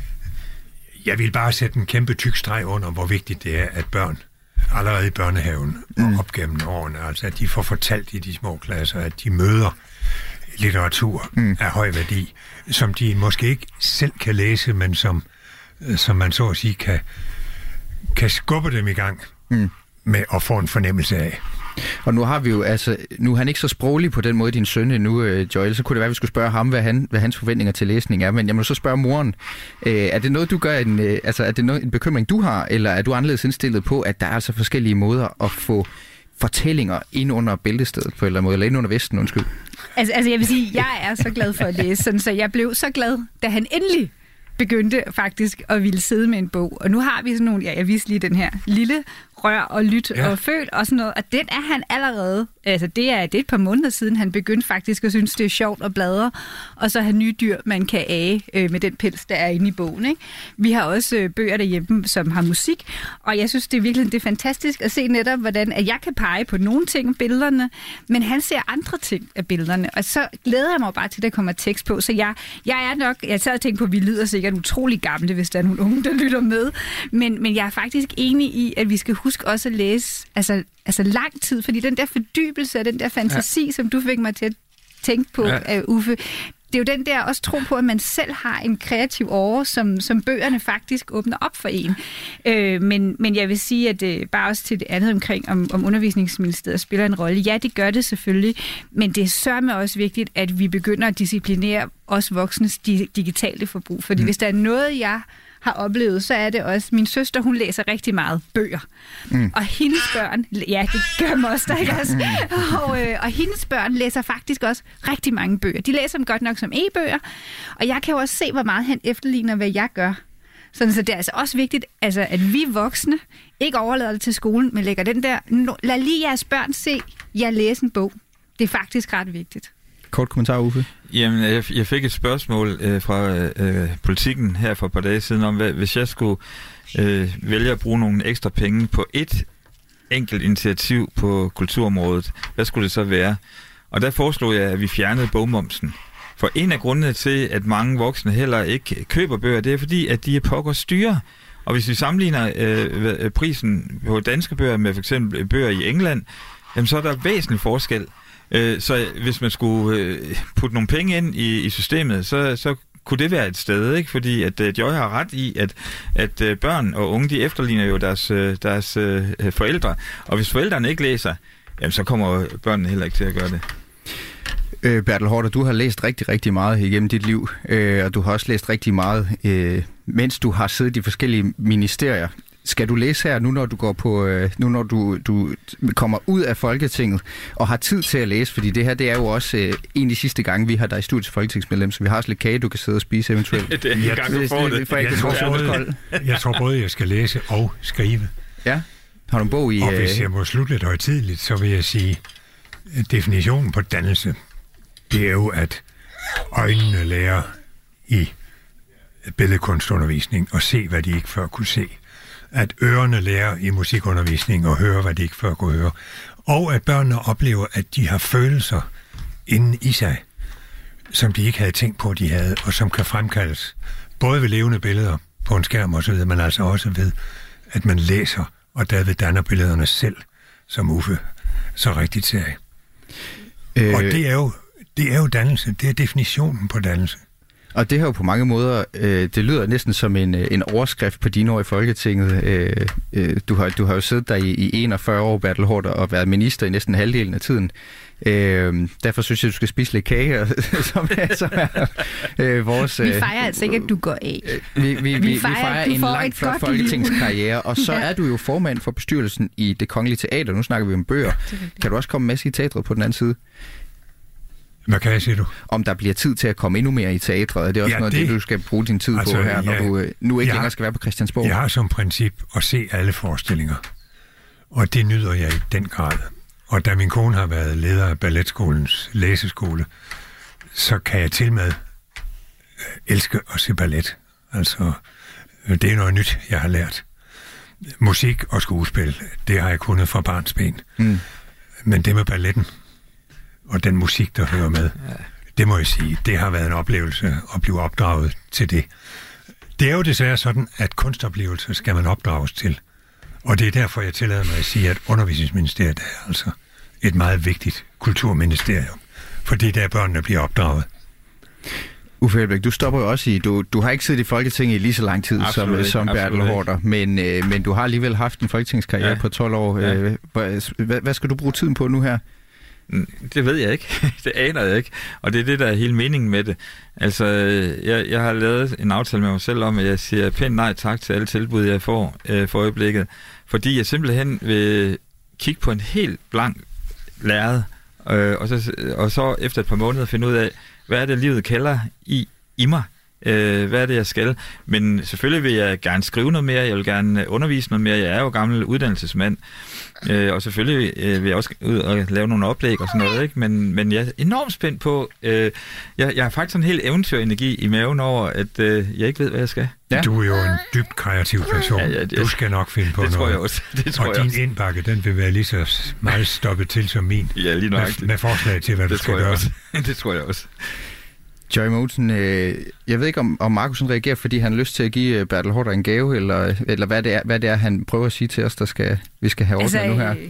jeg vil bare sætte en kæmpe tyk streg under, hvor vigtigt det er, at børn allerede i børnehaven mm. og op gennem årene, altså at de får fortalt i de små klasser, at de møder litteratur mm. af høj værdi, som de måske ikke selv kan læse, men som, som man så at sige kan, kan skubbe dem i gang mm. med at få en fornemmelse af. Og nu har vi jo, altså, nu er han ikke så sproglig på den måde, din søn endnu, uh, Joel, så kunne det være, at vi skulle spørge ham, hvad, han, hvad hans forventninger til læsning er, men jeg må så spørge moren, uh, er det noget, du gør, en, uh, altså er det noget, en bekymring, du har, eller er du anderledes indstillet på, at der er altså forskellige måder at få fortællinger ind under bæltestedet på en eller anden måde, eller ind under vesten, undskyld? Altså, altså jeg vil sige, jeg er så glad for at læse, sådan, så jeg blev så glad, da han endelig begyndte faktisk at ville sidde med en bog. Og nu har vi sådan nogle, ja, jeg viste lige den her, lille Rør og Lyt ja. og Føl og sådan noget, og den er han allerede, altså det er, det er et par måneder siden, han begyndte faktisk at synes, det er sjovt at bladre, og så have nye dyr, man kan age øh, med den pels, der er inde i bogen. Ikke? Vi har også øh, bøger derhjemme, som har musik, og jeg synes, det er virkelig det er fantastisk at se netop, hvordan at jeg kan pege på nogle ting af billederne, men han ser andre ting af billederne, og så glæder jeg mig bare til, at der kommer tekst på, så jeg, jeg er nok, jeg sad og tænkte på, at vi lyder sikkert utrolig gamle, hvis der er nogle unge, der lytter med, men, men jeg er faktisk enig i, at vi skal huske også at læse altså, altså lang tid, fordi den der fordybelse og den der fantasi, ja. som du fik mig til at tænke på, ja. uh, Uffe, det er jo den der også tro på, at man selv har en kreativ åre, som, som bøgerne faktisk åbner op for en. Øh, men, men jeg vil sige, at øh, bare også til det andet omkring, om, om Undervisningsministeriet spiller en rolle. Ja, det gør det selvfølgelig, men det er sørme også vigtigt, at vi begynder at disciplinere os voksnes di- digitale forbrug. Fordi mm. hvis der er noget, jeg har oplevet, så er det også, min søster, hun læser rigtig meget bøger. Mm. Og hendes børn, ja, det gør moster, ikke også? Og, øh, og hendes børn læser faktisk også rigtig mange bøger. De læser dem godt nok som e-bøger, og jeg kan jo også se, hvor meget han efterligner, hvad jeg gør. Sådan, så det er altså også vigtigt, altså, at vi voksne ikke overlader det til skolen, men lægger den der, lad lige jeres børn se, jeg læser en bog. Det er faktisk ret vigtigt. Kort kommentar, Uffe. Jamen, jeg, jeg fik et spørgsmål øh, fra øh, Politikken her for et par dage siden om, hvad, hvis jeg skulle øh, vælge at bruge nogle ekstra penge på et enkelt initiativ på kulturområdet, hvad skulle det så være? Og der foreslog jeg, at vi fjernede bogmomsen. For en af grundene til, at mange voksne heller ikke køber bøger, det er fordi, at de er pokker styre. Og hvis vi sammenligner øh, prisen på danske bøger med for eksempel bøger i England, jamen, så er der væsentlig forskel. Så hvis man skulle putte nogle penge ind i, i systemet, så, så kunne det være et sted, ikke? Fordi at uh, Joy har ret i, at, at uh, børn og unge, de efterligner jo deres, uh, deres uh, forældre. Og hvis forældrene ikke læser, jamen, så kommer børnene heller ikke til at gøre det. Øh, Bertel Haarder, du har læst rigtig, rigtig meget igennem dit liv, øh, og du har også læst rigtig meget, øh, mens du har siddet i forskellige ministerier. Skal du læse her, nu når du går på, øh, nu når du, du kommer ud af Folketinget og har tid til at læse, fordi det her, det er jo også øh, en af de sidste gange, vi har dig i studiet folketingsmedlem, så vi har også lidt kage, du kan sidde og spise eventuelt. Det er en gang, du får det. Jeg, jeg, tror, både, jeg tror både, jeg skal læse og skrive. Ja, har du en bog i... Og hvis jeg må slutte lidt højtideligt, så vil jeg sige, at definitionen på dannelse, det er jo, at øjnene lærer i billedkunstundervisning og se, hvad de ikke før kunne se. At ørerne lærer i musikundervisning og høre, hvad de ikke før kunne høre. Og at børnene oplever, at de har følelser inde i sig, som de ikke havde tænkt på, de havde, og som kan fremkaldes både ved levende billeder på en skærm og så videre, men altså også ved, at man læser, og derved danner billederne selv, som Uffe så rigtigt sagde. Øh... Og det er, jo, det er jo dannelse. Det er definitionen på dannelse. Og det har jo på mange måder, øh, det lyder næsten som en, en overskrift på dine år i Folketinget. Øh, øh, du, har, du har jo siddet der i, i enogfyrre år, Bertel Haarder, og været minister i næsten halvdelen af tiden. Øh, derfor synes jeg, du skal spise lidt kage, som er, som er øh, vores... Vi fejrer øh, altså ikke, at du går af. Øh, vi, vi, vi, vi fejrer, vi fejrer en lang, flot folketingskarriere, og så ja. er du jo formand for bestyrelsen i Det Kongelige Teater. Nu snakker vi om bøger. Kan du også komme med i teatret på den anden side? Hvad kan jeg sige, du? Om der bliver tid til at komme endnu mere i teatret, er det også ja, noget det, det, du skal bruge din tid altså, på her, når ja, du øh, nu ikke længere skal være på Christiansborg? Jeg har som princip at se alle forestillinger, og det nyder jeg i den grad. Og da min kone har været leder af Balletskolens læseskole, så kan jeg til med elske at se ballet. Altså, det er noget nyt, jeg har lært. Musik og skuespil, det har jeg kunnet fra barnsben. Mm. Men det med balletten, og den musik, der hører med, det må jeg sige, det har været en oplevelse at blive opdraget til det. Det er jo desværre sådan, at kunstoplevelser skal man opdrages til. Og det er derfor, jeg tillader mig at sige, at Undervisningsministeriet er altså et meget vigtigt kulturministerium. For det er der, børnene bliver opdraget. Uffe Elbæk, du stopper jo også i, du, du har ikke siddet i Folketinget i lige så lang tid absolut, som, som Bertel Haarder, men, øh, men du har alligevel haft en folketingskarriere ja. på tolv år. Ja. Øh, hvad, hvad skal du bruge tiden på nu her? Det ved jeg ikke. Det aner jeg ikke. Og det er det, der er hele meningen med det. Altså, jeg, jeg har lavet en aftale med mig selv om, at jeg siger pænt nej tak til alle tilbud, jeg får øh, for øjeblikket. Fordi jeg simpelthen vil kigge på en helt blank lærred, øh, og, så, og så efter et par måneder finde ud af, hvad er det, livet kalder i, i mig? Øh, hvad er det, jeg skal? Men selvfølgelig vil jeg gerne skrive noget mere, jeg vil gerne undervise noget mere, jeg er jo gammel uddannelsesmand, øh, og selvfølgelig øh, vil jeg også ud og lave nogle oplæg og sådan noget, ikke? Men, men jeg er enormt spændt på, øh, jeg, jeg har faktisk en helt eventyrenergi i maven over, at øh, jeg ikke ved, hvad jeg skal. Ja. Du er jo en dybt kreativ person. Ja, ja, det, du skal nok finde på det noget. Tror jeg også. Det tror og jeg din også. indbakke, den vil være lige så meget stoppet til som min. Ja, lige nok. Med, med forslag til, hvad det du skal gøre. Det tror jeg også. Joy Mogensen, øh, jeg ved ikke, om, om Markusen reagerer, fordi han har lyst til at give Bertel Haarder en gave, eller, eller hvad, det er, hvad det er, han prøver at sige til os, der skal, vi skal have ordnet altså, nu her. jeg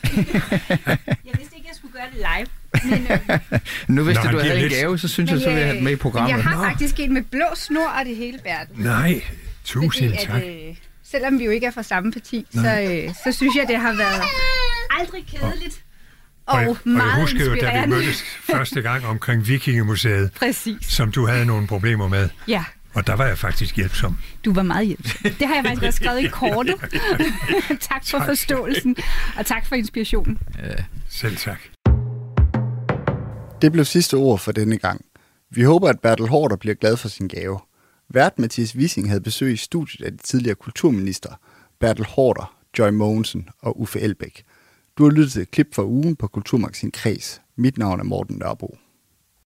vidste ikke, jeg skulle gøre det live. Men, øh, nu hvis Nå, du havde en lidt... gave, så synes men, jeg, så vil jeg have det med i programmet. Jeg har faktisk en med blå snor og det hele, Bertel. Nej, tusind fordi, tak. At, øh, selvom vi jo ikke er fra samme parti, så, øh, så synes jeg, det har været aldrig kedeligt. Og, og, og meget jeg husker jo, da vi mødtes første gang omkring Vikingemuseet, præcis, som du havde nogle problemer med. Ja. Og der var jeg faktisk hjælpsom. Du var meget hjælpsom. Det har jeg faktisk også skrevet i kortet. Tak for tak. forståelsen, og tak for inspirationen. Ja, selv tak. Det blev sidste ord for denne gang. Vi håber, at Bertel Haarder bliver glad for sin gave. Vært Mathias Wissing havde besøg i studiet af de tidligere kulturminister Bertel Haarder, Joy Mogensen og Uffe Elbæk. Du har lyttet til et klip fra ugen på Kulturmagasin Kreds. Mit navn er Morten Nørbo.